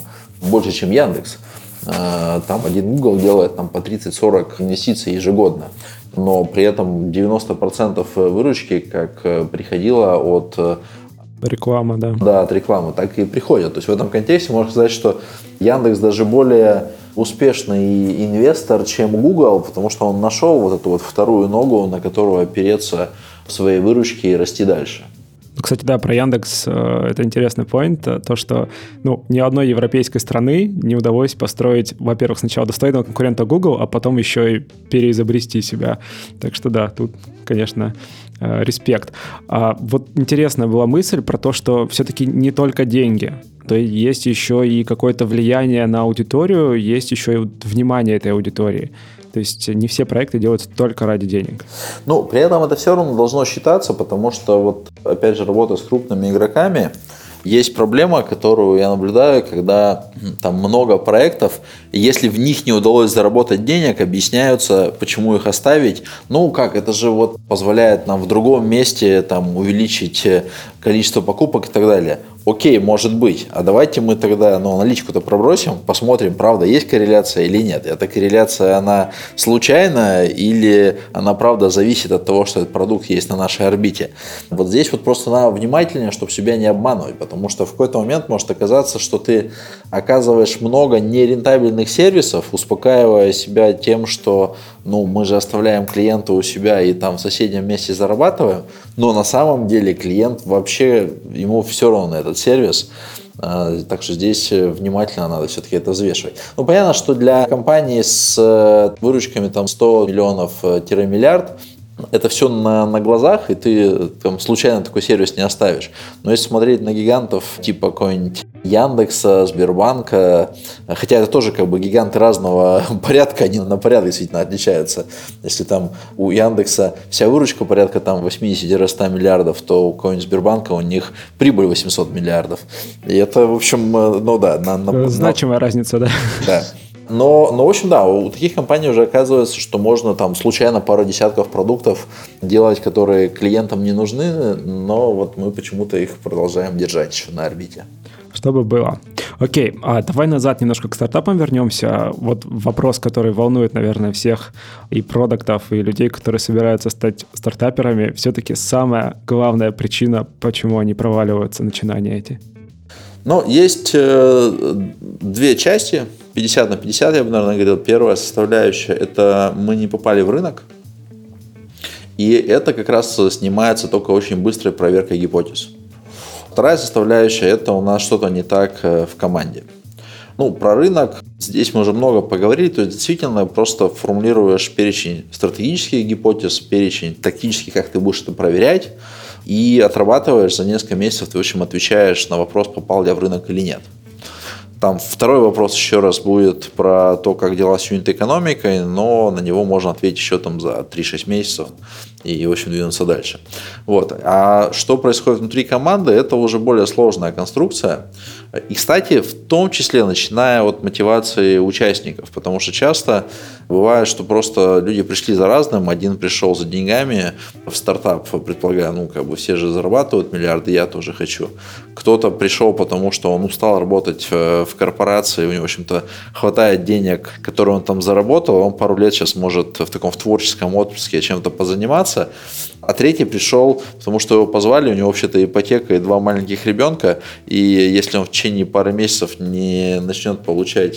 Speaker 1: Яндекс. Там один Google делает по 30-40 инвестиций ежегодно, но при этом 90% выручки как приходило от
Speaker 2: рекламы, да.
Speaker 1: Да, от рекламы, так и приходят. То есть в этом контексте можно сказать, что Яндекс даже более успешный инвестор, чем Google, потому что он нашел вот эту вот вторую ногу, на которую опереться в своей выручке и расти дальше.
Speaker 2: Кстати, да, про Яндекс это интересный поинт, то, что ни одной европейской страны не удалось построить, во-первых, сначала достойного конкурента Google, а потом еще и переизобрести себя. Так что да, тут, конечно, респект. А вот интересная была мысль про то, что все-таки не только деньги, то есть еще и какое-то влияние на аудиторию, есть еще и внимание этой аудитории. То есть не все проекты делаются только ради денег.
Speaker 1: При этом это все равно должно считаться, потому что, опять же, работая с крупными игроками, есть проблема, которую я наблюдаю, когда там много проектов, и если в них не удалось заработать денег, объясняются, почему их оставить. Это же позволяет нам в другом месте увеличить количество покупок и так далее. Окей, может быть. А давайте мы тогда аналитику-то пробросим, посмотрим, правда, есть корреляция или нет. Эта корреляция, она случайная или она, правда, зависит от того, что этот продукт есть на нашей орбите. Здесь просто надо внимательнее, чтобы себя не обманывать, потому что в какой-то момент может оказаться, что ты оказываешь много нерентабельных сервисов, успокаивая себя тем, что мы же оставляем клиента у себя и там в соседнем месте зарабатываем, но на самом деле клиент вообще, ему все равно на этот сервис, так что здесь внимательно надо все-таки это взвешивать. Понятно, что для компании с выручками 100 миллионов-миллиард это все на глазах, и ты случайно такой сервис не оставишь. Но если смотреть на гигантов типа какой-нибудь Яндекса, Сбербанка, хотя это тоже гиганты разного порядка, они на порядок действительно отличаются. Если там у Яндекса вся выручка порядка 80-100 миллиардов, то у какого-нибудь Сбербанка у них прибыль 800 миллиардов. И это, в общем,
Speaker 2: значимая разница, да.
Speaker 1: Да. Но, в общем, да, у таких компаний уже оказывается, что можно случайно пару десятков продуктов делать, которые клиентам не нужны, но мы почему-то их продолжаем держать еще на орбите.
Speaker 2: Чтобы было. Окей, давай назад немножко к стартапам вернемся. Вопрос, который волнует, наверное, всех и продуктов, и людей, которые собираются стать стартаперами. Все-таки самая главная причина, почему они проваливаются, начинания эти.
Speaker 1: Есть две части, 50 на 50, я бы, наверное, говорил. Первая составляющая – это мы не попали в рынок, и это как раз снимается только очень быстрой проверкой гипотез. Вторая составляющая – это у нас что-то не так в команде. Про рынок здесь мы уже много поговорили, то есть действительно просто формулируешь перечень стратегических гипотез, перечень тактических, как ты будешь это проверять, и отрабатываешь за несколько месяцев, ты, в общем, отвечаешь на вопрос, попал я в рынок или нет. Там второй вопрос еще раз будет про то, как дела с юнит-экономикой, но на него можно ответить еще за 3-6 месяцев и, в общем, двинуться дальше. А что происходит внутри команды, это уже более сложная конструкция. И, кстати, в том числе начиная от мотивации участников, потому что часто бывает, что просто люди пришли за разным, один пришел за деньгами в стартап, предполагая, все же зарабатывают миллиарды, я тоже хочу. Кто-то пришел, потому что он устал работать в корпорации, у него, в общем-то, хватает денег, которые он там заработал, он пару лет сейчас может в таком творческом отпуске чем-то позаниматься, А третий пришел, потому что его позвали, у него вообще-то ипотека и 2 маленьких ребенка, и если он в течение пары месяцев не начнет получать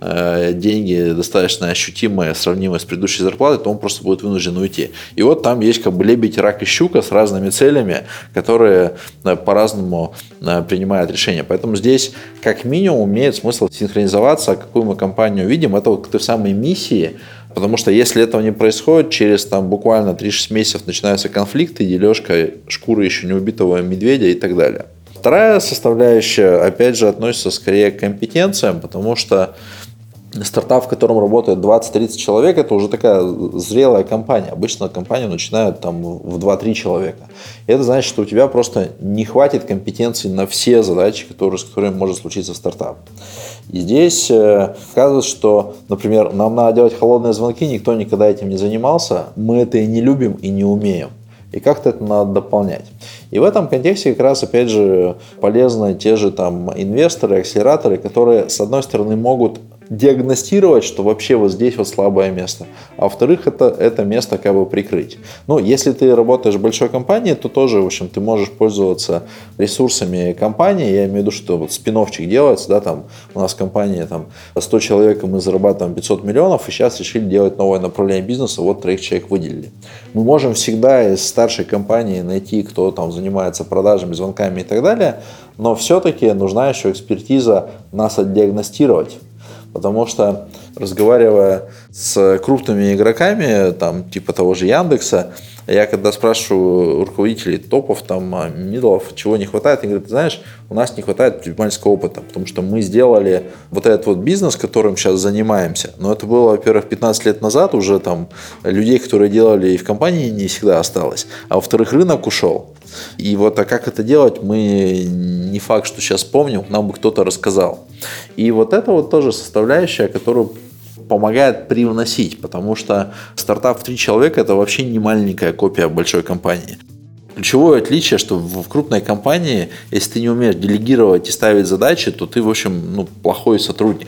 Speaker 1: деньги достаточно ощутимые, сравнимые с предыдущей зарплатой, то он просто будет вынужден уйти. И вот там есть как бы лебедь, рак и щука с разными целями, которые по-разному принимают решения. Поэтому здесь как минимум имеет смысл синхронизоваться, какую мы компанию видим, это вот к той самой миссии. Потому что если этого не происходит, через там, буквально 3-6 месяцев начинаются конфликты, дележка шкуры еще не убитого медведя и так далее. Вторая составляющая, опять же, относится скорее к компетенциям, потому что стартап, в котором работает 20-30 человек, это уже такая зрелая компания. Обычно компанию начинают там в 2-3 человека. И это значит, что у тебя просто не хватит компетенций на все задачи, с которыми может случиться стартап. И здесь оказывается, что, например, нам надо делать холодные звонки, никто никогда этим не занимался, мы это и не любим, и не умеем. И как-то это надо дополнять. И в этом контексте как раз, опять же, полезны те же там инвесторы, акселераторы, которые, с одной стороны, могут диагностировать, что вообще вот здесь вот слабое место, а во-вторых, это место как бы прикрыть. Ну, если ты работаешь в большой компании, то тоже, в общем, ты можешь пользоваться ресурсами компании, я имею в виду, что вот спин-оффчик делается, да, там у нас компания там 100 человек, и мы зарабатываем 500 миллионов, и сейчас решили делать новое направление бизнеса, вот 3 человек выделили. Мы можем всегда из старшей компании найти, кто там занимается продажами, звонками и так далее, но все-таки нужна еще экспертиза нас отдиагностировать. Потому что, разговаривая с крупными игроками, там, типа того же Яндекса, я когда спрашиваю руководителей топов, там, мидлов, чего не хватает, они говорят, ты знаешь, у нас не хватает предпринимательского опыта, потому что мы сделали вот этот вот бизнес, которым сейчас занимаемся, но это было, во-первых, 15 лет назад, уже там людей, которые делали и в компании, не всегда осталось, а во-вторых, рынок ушел. И вот, а как это делать, мы не факт, что сейчас помним, нам бы кто-то рассказал. И вот это вот тоже составляющая, которую помогает привносить, потому что стартап в 3 человека – это вообще не маленькая копия большой компании. Ключевое отличие, что в крупной компании, если ты не умеешь делегировать и ставить задачи, то ты, в общем, плохой сотрудник.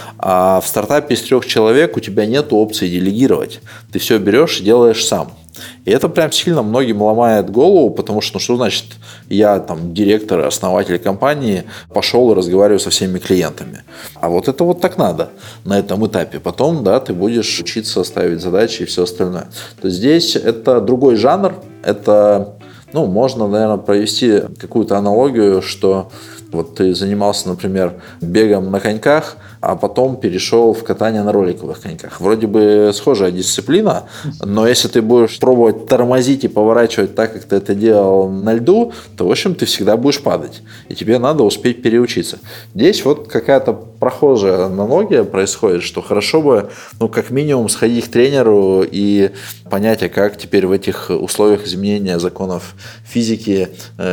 Speaker 1: А в стартапе из 3 человек у тебя нет опции делегировать. Ты все берешь и делаешь сам. И это прям сильно многим ломает голову, потому что, что значит, я там директор, основатель компании, пошел и разговариваю со всеми клиентами. А вот это вот так надо на этом этапе. Потом, да, ты будешь учиться ставить задачи и все остальное. То есть здесь это другой жанр, это, можно, наверное, провести какую-то аналогию, что вот ты занимался, например, бегом на коньках, а потом перешел в катание на роликовых коньках. Вроде бы схожая дисциплина, но если ты будешь пробовать тормозить и поворачивать так, как ты это делал на льду, то, в общем, ты всегда будешь падать. И тебе надо успеть переучиться. Здесь вот какая-то прохожая аналогия происходит, что хорошо бы, как минимум, сходить к тренеру и понять, а как теперь в этих условиях изменения законов физики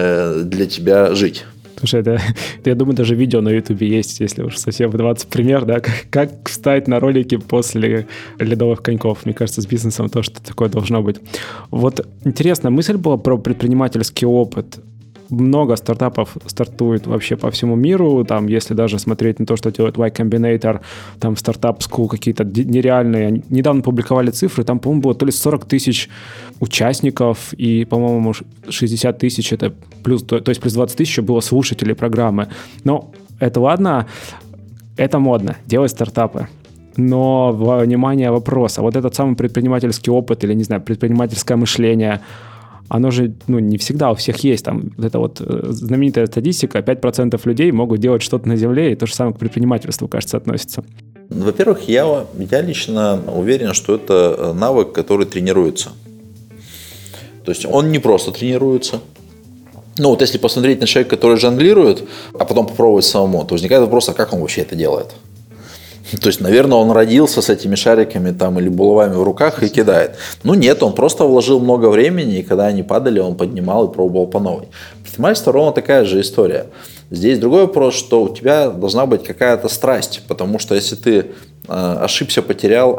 Speaker 1: для тебя жить.
Speaker 2: Слушай, я думаю, даже видео на YouTube есть, если уж совсем вдаваться в пример, да, как встать на ролики после ледовых коньков. Мне кажется, с бизнесом тоже такое должно быть. Вот интересная мысль была про предпринимательский опыт. Много стартапов стартует вообще по всему миру, там, если даже смотреть на то, что делает Y Combinator, там, Startup School какие-то нереальные. Недавно публиковали цифры, там, по-моему, было то ли 40 тысяч участников, и, по-моему, 60 тысяч это плюс, то есть плюс 20 тысяч было слушателей программы. Но это ладно, это модно, делать стартапы. Но, внимание, вопрос, а вот этот самый предпринимательский опыт или, не знаю, предпринимательское мышление, оно же, не всегда у всех есть. Там вот эта вот знаменитая статистика, 5% людей могут делать что-то на земле, и то же самое к предпринимательству, кажется, относится.
Speaker 1: Во-первых, я лично уверен, что это навык, который тренируется. То есть он не просто тренируется. Вот если посмотреть на человека, который жонглирует, а потом попробовать самому, то возникает вопрос, а как он вообще это делает? То есть, наверное, он родился с этими шариками там, или булавами в руках и кидает. Нет, он просто вложил много времени, и когда они падали, он поднимал и пробовал по новой. Предпринимательство ровно такая же история. Здесь другой вопрос, что у тебя должна быть какая-то страсть, потому что если ты ошибся, потерял,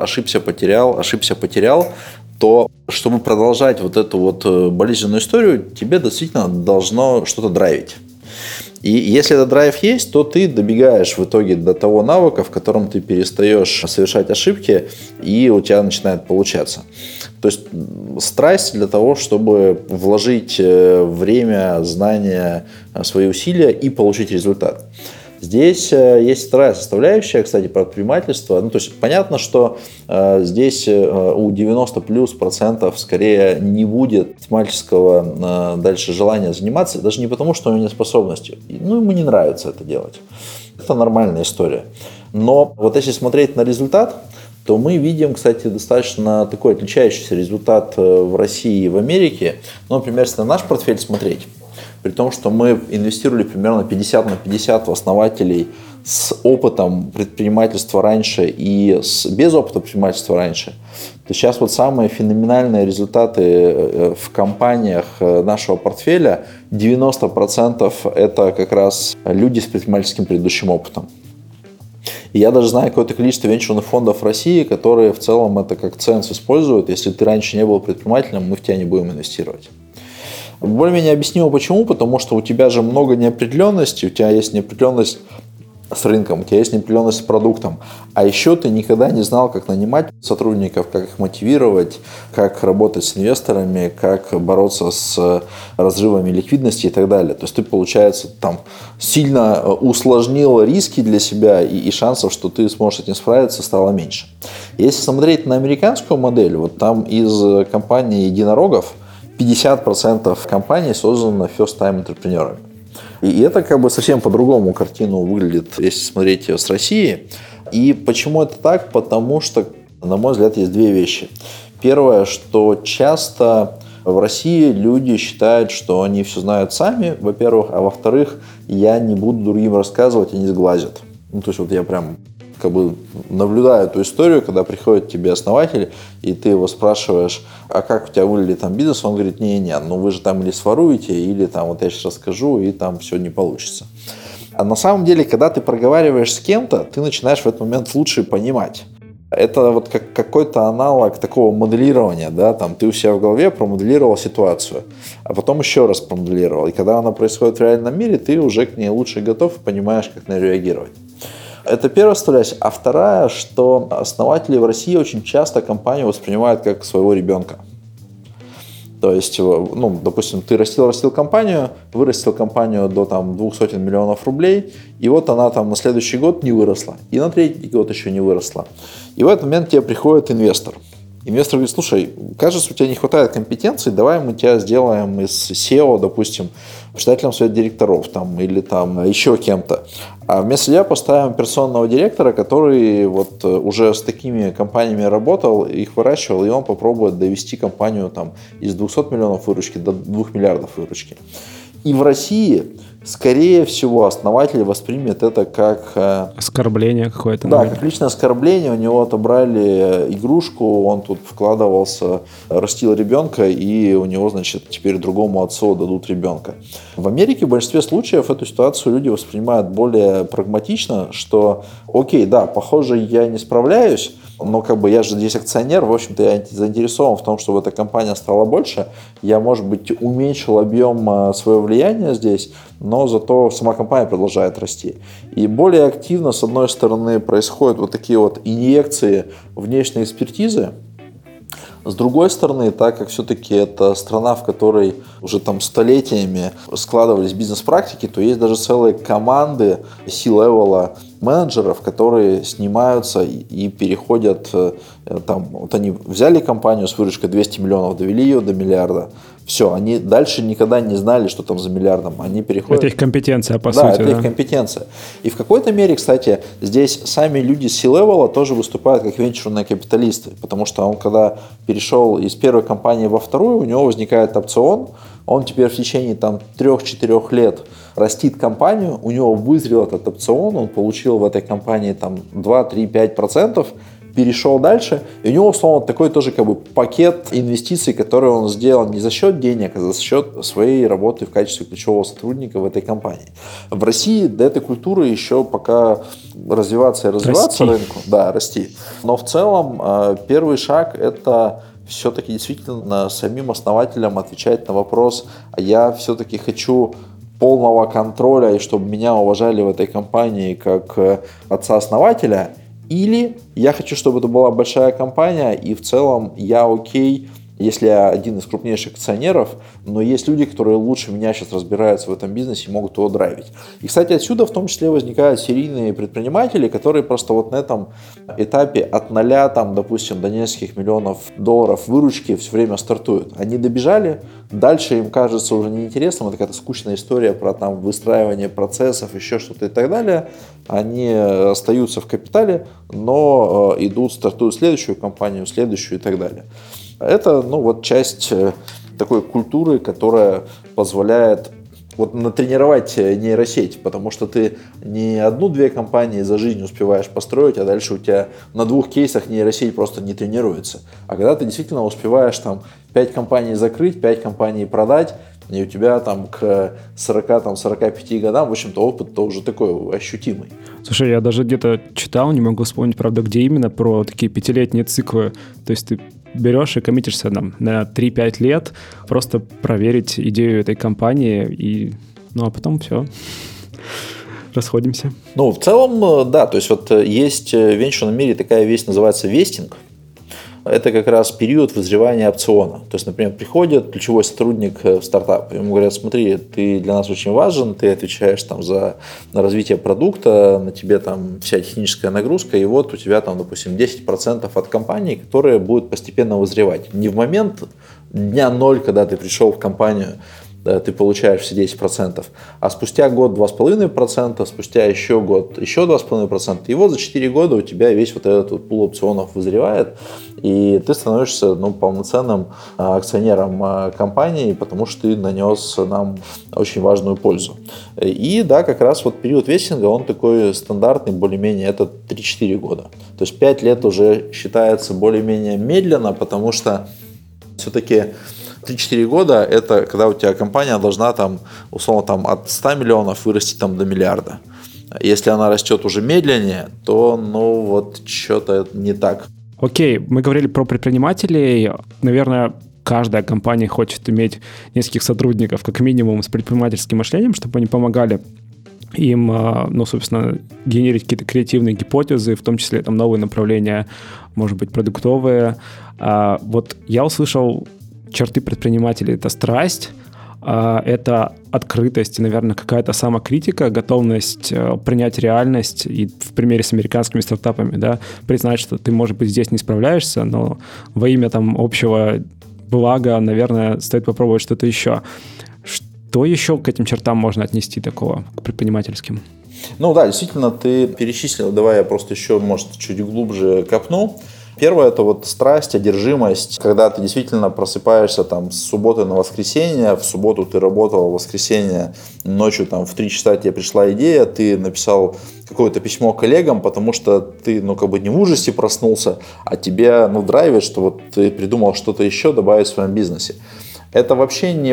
Speaker 1: то чтобы продолжать вот эту вот болезненную историю, тебе действительно должно что-то драйвить. И если этот драйв есть, то ты добегаешь в итоге до того навыка, в котором ты перестаешь совершать ошибки, и у тебя начинает получаться. То есть страсть для того, чтобы вложить время, знания, свои усилия и получить результат. Здесь есть вторая составляющая, кстати, предпринимательства. То есть понятно, что здесь у 90+% скорее не будет предпринимательского дальше желания заниматься, даже не потому, что у него нет способности. Ему не нравится это делать. Это нормальная история. Но вот если смотреть на результат, то мы видим, кстати, достаточно такой отличающийся результат в России и в Америке. Например, если на наш портфель смотреть, при том, что мы инвестировали примерно 50/50 в основателей с опытом предпринимательства раньше и без опыта предпринимательства раньше, то сейчас вот самые феноменальные результаты в компаниях нашего портфеля, 90% это как раз люди с предпринимательским предыдущим опытом. И я даже знаю какое-то количество венчурных фондов в России, которые в целом это как ценз используют. Если ты раньше не был предпринимателем, мы в тебя не будем инвестировать. Более-менее объяснимо почему, потому что у тебя же много неопределенности, у тебя есть неопределенность с рынком, у тебя есть неопределенность с продуктом, а еще ты никогда не знал, как нанимать сотрудников, как их мотивировать, как работать с инвесторами, как бороться с разрывами ликвидности и так далее. То есть ты, получается, там сильно усложнил риски для себя, и шансов, что ты сможешь с этим справиться, стало меньше. Если смотреть на американскую модель, вот там из компании единорогов 50% компаний создано first-time entrepreneur'ами. И это как бы совсем по-другому картину выглядит, если смотреть с России. И почему это так? Потому что, на мой взгляд, есть две вещи. Первое, что часто в России люди считают, что они все знают сами, во-первых, а во-вторых, я не буду другим рассказывать, они сглазят. То есть вот я прям как бы наблюдаю эту историю, когда приходит к тебе основатель, и ты его спрашиваешь, а как у тебя выглядит там бизнес, он говорит, не-не, вы же там или своруете, или там вот я сейчас расскажу, и там все не получится. А на самом деле, когда ты проговариваешь с кем-то, ты начинаешь в этот момент лучше понимать. Это вот как какой-то аналог такого моделирования, да, там ты у себя в голове промоделировал ситуацию, а потом еще раз промоделировал, и когда она происходит в реальном мире, ты уже к ней лучше готов и понимаешь, как на нее реагировать. Это первая составляющая. А вторая, что основатели в России очень часто компанию воспринимают как своего ребенка. То есть, допустим, ты растил компанию, вырастил компанию до 200 миллионов рублей, и вот она там на следующий год не выросла, и на третий год еще не выросла. И в этот момент тебе приходит инвестор. Инвестор говорит, слушай, кажется, у тебя не хватает компетенций, давай мы тебя сделаем из SEO, допустим, председателем совета директоров или еще кем-то. А вместо тебя поставим операционного директора, который вот уже с такими компаниями работал, их выращивал, и он попробует довести компанию из 200 миллионов выручки до 2 миллиардов выручки. И в России, скорее всего, основатель воспримет это как...
Speaker 2: Оскорбление какое-то.
Speaker 1: Да, как личное оскорбление. У него отобрали игрушку, он тут вкладывался, растил ребенка, и у него, теперь другому отцу дадут ребенка. В Америке в большинстве случаев эту ситуацию люди воспринимают более прагматично, что окей, да, похоже, я не справляюсь, но я же здесь акционер, в общем-то, я заинтересован в том, чтобы эта компания стала больше. Я, может быть, уменьшил объем своего влияния здесь, но зато сама компания продолжает расти. И более активно, с одной стороны, происходят вот такие вот инъекции внешней экспертизы. С другой стороны, так как все-таки это страна, в которой уже столетиями складывались бизнес-практики, то есть даже целые команды C-level менеджеров, которые снимаются и переходят, вот они взяли компанию с выручкой 200 миллионов, довели ее до миллиарда, все, они дальше никогда не знали, что там за миллиардом, они переходят...
Speaker 2: Это их компетенция, по
Speaker 1: сути.
Speaker 2: Да,
Speaker 1: это их компетенция. И в какой-то мере, кстати, здесь сами люди с C-level тоже выступают как венчурные капиталисты, потому что он, когда перешел из первой компании во вторую, у него возникает опцион, он теперь в течение 3-4 лет растит компанию, у него вызрел этот опцион, он получил в этой компании 2-3-5%, перешел дальше, и у него, условно, такой тоже пакет инвестиций, который он сделал не за счет денег, а за счет своей работы в качестве ключевого сотрудника в этой компании. В России до этой культуры еще пока развиваться и развиваться рынку. Да, расти. Но в целом первый шаг – это все-таки действительно самим основателям отвечать на вопрос, а я все-таки хочу полного контроля, и чтобы меня уважали в этой компании как отца-основателя, или я хочу, чтобы это была большая компания, и в целом я окей, если я один из крупнейших акционеров, но есть люди, которые лучше меня сейчас разбираются в этом бизнесе и могут его драйвить. И, кстати, отсюда в том числе возникают серийные предприниматели, которые просто вот на этом этапе от нуля, там, допустим, до нескольких миллионов долларов выручки все время стартуют. Они добежали, дальше им кажется уже неинтересным, это какая-то скучная история про там выстраивание процессов, еще что-то и так далее. Они остаются в капитале, но идут, стартуют следующую компанию, следующую и так далее. Это, часть такой культуры, которая позволяет натренировать нейросеть, потому что ты не одну-две компании за жизнь успеваешь построить, а дальше у тебя на 2 кейсах нейросеть просто не тренируется. А когда ты действительно успеваешь 5 компаний закрыть, 5 компаний продать, и у тебя к 40-45 годам, в общем-то, опыт-то уже такой ощутимый.
Speaker 2: Слушай, я даже где-то читал, не могу вспомнить, правда, где именно, про такие 5-летние циклы. То есть ты берешь и коммитишься на 3-5 лет, просто проверить идею этой компании, а потом все, расходимся.
Speaker 1: В целом, да, то есть есть в венчурном мире такая вещь, называется вестинг. Это как раз период вызревания опциона. То есть, например, приходит ключевой сотрудник в стартап, ему говорят: смотри, ты для нас очень важен, ты отвечаешь за развитие продукта, на тебе вся техническая нагрузка, и вот у тебя допустим, 10% от компании, которые будут постепенно вызревать. Не в момент дня 0, когда ты пришел в компанию, ты получаешь все 10%, а спустя год 2,5%, спустя еще год еще 2,5%, и вот за 4 года у тебя весь этот пул опционов вызревает, и ты становишься полноценным акционером компании, потому что ты нанес нам очень важную пользу. И да, как раз период вестинга, он такой стандартный, более-менее, это 3-4 года. То есть 5 лет уже считается более-менее медленно, потому что все-таки 3-4 года – это когда у тебя компания должна условно от 100 миллионов вырасти до миллиарда. Если она растет уже медленнее, то что-то не так.
Speaker 2: Окей, мы говорили про предпринимателей. Наверное, каждая компания хочет иметь нескольких сотрудников, как минимум, с предпринимательским мышлением, чтобы они помогали им, собственно, генерить какие-то креативные гипотезы, в том числе новые направления, может быть, продуктовые. Я услышал черты предпринимателей — это страсть, это открытость и, наверное, какая-то самокритика, готовность принять реальность и в примере с американскими стартапами, да, признать, что ты, может быть, здесь не справляешься, но во имя общего блага, наверное, стоит попробовать что-то еще. Что еще к этим чертам можно отнести такого, к предпринимательским?
Speaker 1: Да, действительно, ты перечислил, давай я просто еще, может, чуть глубже копну. Первое – это страсть, одержимость, когда ты действительно просыпаешься с субботы на воскресенье, в субботу ты работал, в воскресенье ночью в 3 часа тебе пришла идея, ты написал какое-то письмо коллегам, потому что ты не в ужасе проснулся, а тебя драйвит, что ты придумал что-то еще добавить в своем бизнесе. Это вообще не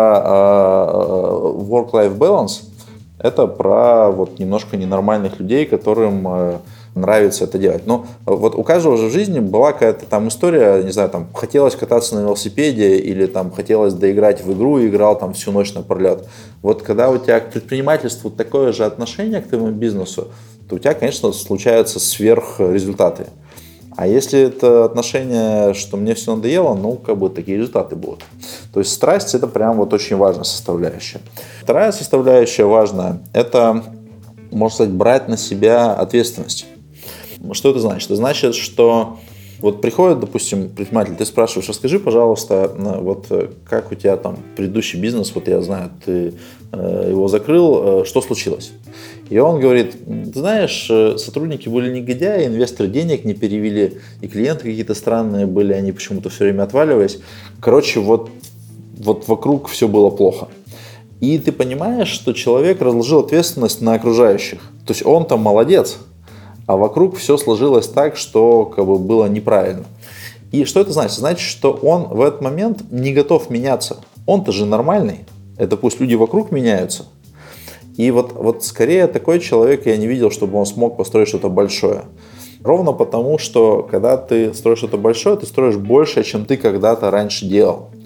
Speaker 1: про work-life balance, это про немножко ненормальных людей, которым нравится это делать. Но у каждого же в жизни была какая-то история, не знаю, хотелось кататься на велосипеде или хотелось доиграть в игру и играл всю ночь напролет. Когда у тебя к предпринимательству такое же отношение к твоему бизнесу, то у тебя, конечно, случаются сверхрезультаты. А если это отношение, что мне все надоело, такие результаты будут. То есть страсть – это прям очень важная составляющая. Вторая составляющая важная – это, можно сказать, брать на себя ответственность. Что это значит? Это значит, что приходит, допустим, предприниматель, ты спрашиваешь: расскажи, пожалуйста, как у тебя предыдущий бизнес, я знаю, ты его закрыл, что случилось? И он говорит: ты знаешь, сотрудники были негодяи, инвесторы денег не перевели, и клиенты какие-то странные были, они почему-то все время отваливались. Короче, вокруг все было плохо. И ты понимаешь, что человек разложил ответственность на окружающих. То есть он молодец, а вокруг все сложилось так, что было неправильно. И что это значит? Значит, что он в этот момент не готов меняться. Он-то же нормальный. Это пусть люди вокруг меняются. И скорее такой человек я не видел, чтобы он смог построить что-то большое. Ровно потому, что когда ты строишь что-то большое, ты строишь больше, чем ты когда-то раньше делал.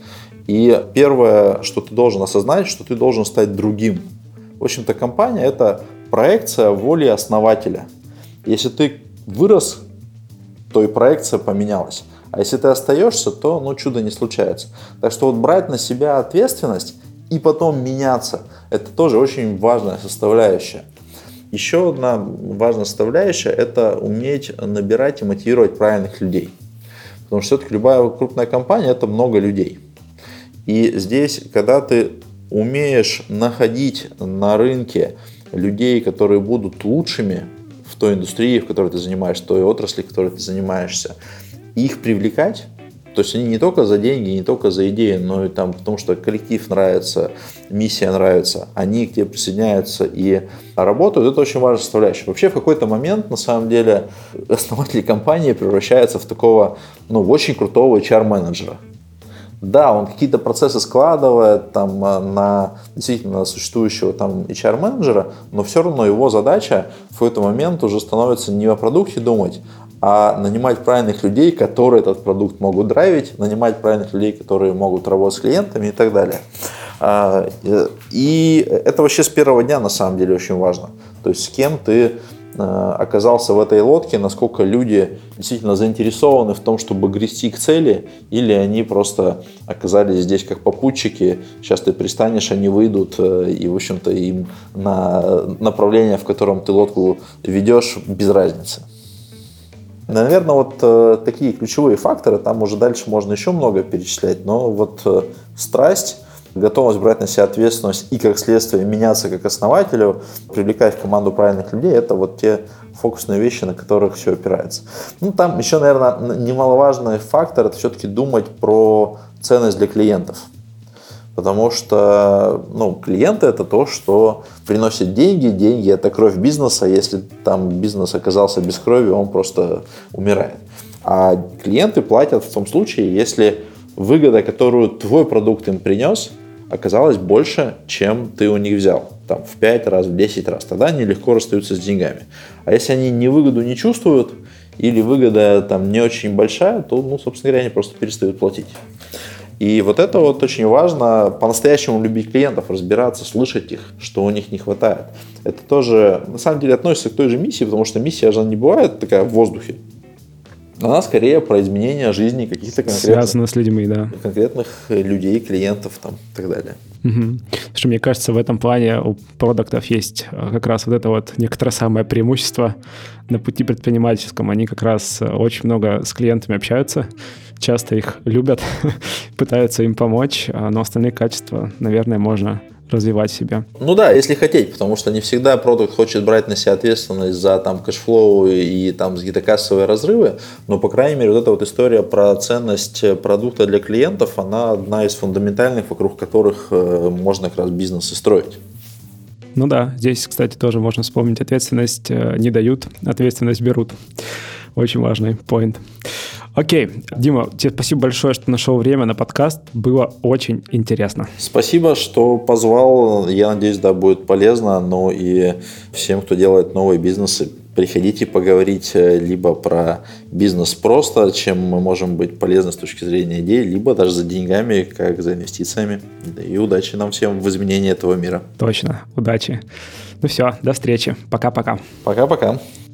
Speaker 1: И первое, что ты должен осознать, что ты должен стать другим. В общем-то, компания – это проекция воли основателя. Если ты вырос, то и проекция поменялась. А если ты остаешься, то чудо не случается. Так что брать на себя ответственность и потом меняться – это тоже очень важная составляющая. Еще одна важная составляющая – это уметь набирать и мотивировать правильных людей. Потому что все-таки любая крупная компания – это много людей. И здесь, когда ты умеешь находить на рынке людей, которые будут лучшими в той индустрии, в которой ты занимаешься, в той отрасли, в которой ты занимаешься, их привлекать, то есть они не только за деньги, не только за идеи, но и потому что коллектив нравится, миссия нравится, они к тебе присоединяются и работают, это очень важная составляющая. Вообще в какой-то момент, на самом деле, основатель компании превращается в такого, очень крутого HR-менеджера. Да, он какие-то процессы складывает на действительно существующего HR-менеджера, но все равно его задача в какой-то момент уже становится не о продукте думать, а нанимать правильных людей, которые этот продукт могут драйвить, нанимать правильных людей, которые могут работать с клиентами и так далее. И это вообще с первого дня на самом деле очень важно. То есть с кем ты оказался в этой лодке, насколько люди действительно заинтересованы в том, чтобы грести к цели, или они просто оказались здесь как попутчики, сейчас ты пристанешь, они выйдут, и, в общем-то, им на направление, в котором ты лодку ведешь, без разницы. Наверное, такие ключевые факторы, там уже дальше можно еще много перечислять, но страсть, готовность брать на себя ответственность и, как следствие, меняться как основателю, привлекать в команду правильных людей – это те фокусные вещи, на которых все опирается. Там еще, наверное, немаловажный фактор – это все-таки думать про ценность для клиентов. Потому что клиенты – это то, что приносит деньги. Деньги – это кровь бизнеса. Если бизнес оказался без крови, он просто умирает. А клиенты платят в том случае, если выгода, которую твой продукт им принес, оказалась больше, чем ты у них взял. В 5 раз, в 10 раз. Тогда они легко расстаются с деньгами. А если они выгоду не чувствуют, или выгода не очень большая, то, собственно говоря, они просто перестают платить. И это очень важно, по-настоящему любить клиентов, разбираться, слышать их, что у них не хватает. Это тоже, на самом деле, относится к той же миссии, потому что миссия же не бывает такая в воздухе. Она скорее про изменение жизни каких-то
Speaker 2: связано с людьми, да.
Speaker 1: Конкретных людей, клиентов и так далее.
Speaker 2: Угу. Что мне кажется, в этом плане у продуктов есть как раз это некоторое самое преимущество на пути предпринимательском. Они как раз очень много с клиентами общаются, часто их любят, пытаются им помочь, но остальные качества, наверное, можно развивать себя.
Speaker 1: Да, если хотеть, потому что не всегда продукт хочет брать на себя ответственность за кэшфлоу и какие-то кассовые разрывы, но, по крайней мере, эта история про ценность продукта для клиентов, она одна из фундаментальных, вокруг которых можно как раз бизнес и строить.
Speaker 2: Здесь, кстати, тоже можно вспомнить: ответственность не дают, ответственность берут. Очень важный поинт. Окей, Дима, тебе спасибо большое, что нашел время на подкаст. Было очень интересно.
Speaker 1: Спасибо, что позвал. Я надеюсь, будет полезно. Но и всем, кто делает новые бизнесы, приходите поговорить либо про бизнес просто, чем мы можем быть полезны с точки зрения идей, либо даже за деньгами, как за инвестициями. И удачи нам всем в изменении этого мира.
Speaker 2: Точно, удачи. Все, до встречи. Пока-пока.
Speaker 1: Пока-пока.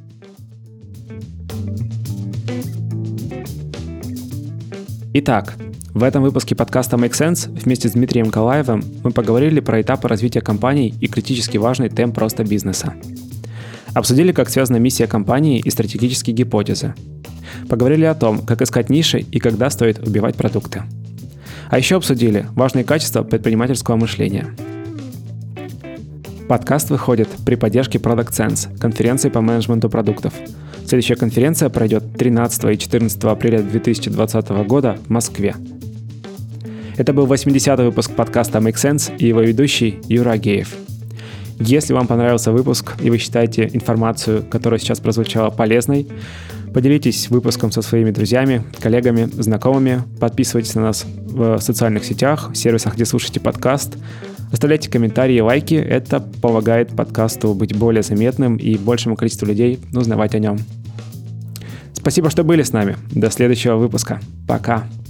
Speaker 2: Итак, в этом выпуске подкаста Make Sense вместе с Дмитрием Калаевым мы поговорили про этапы развития компаний и критически важный темп роста бизнеса. Обсудили, как связана миссия компании и стратегические гипотезы. Поговорили о том, как искать ниши и когда стоит убивать продукты. А еще обсудили важные качества предпринимательского мышления. Подкаст выходит при поддержке Product Sense, конференции по менеджменту продуктов. Следующая конференция пройдет 13 и 14 апреля 2020 года в Москве. Это был 80-й выпуск подкаста Make Sense и его ведущий Юра Агеев. Если вам понравился выпуск и вы считаете информацию, которая сейчас прозвучала, полезной, поделитесь выпуском со своими друзьями, коллегами, знакомыми, подписывайтесь на нас в социальных сетях, в сервисах, где слушаете подкаст, оставляйте комментарии и лайки, это помогает подкасту быть более заметным и большему количеству людей узнавать о нем. Спасибо, что были с нами. До следующего выпуска. Пока.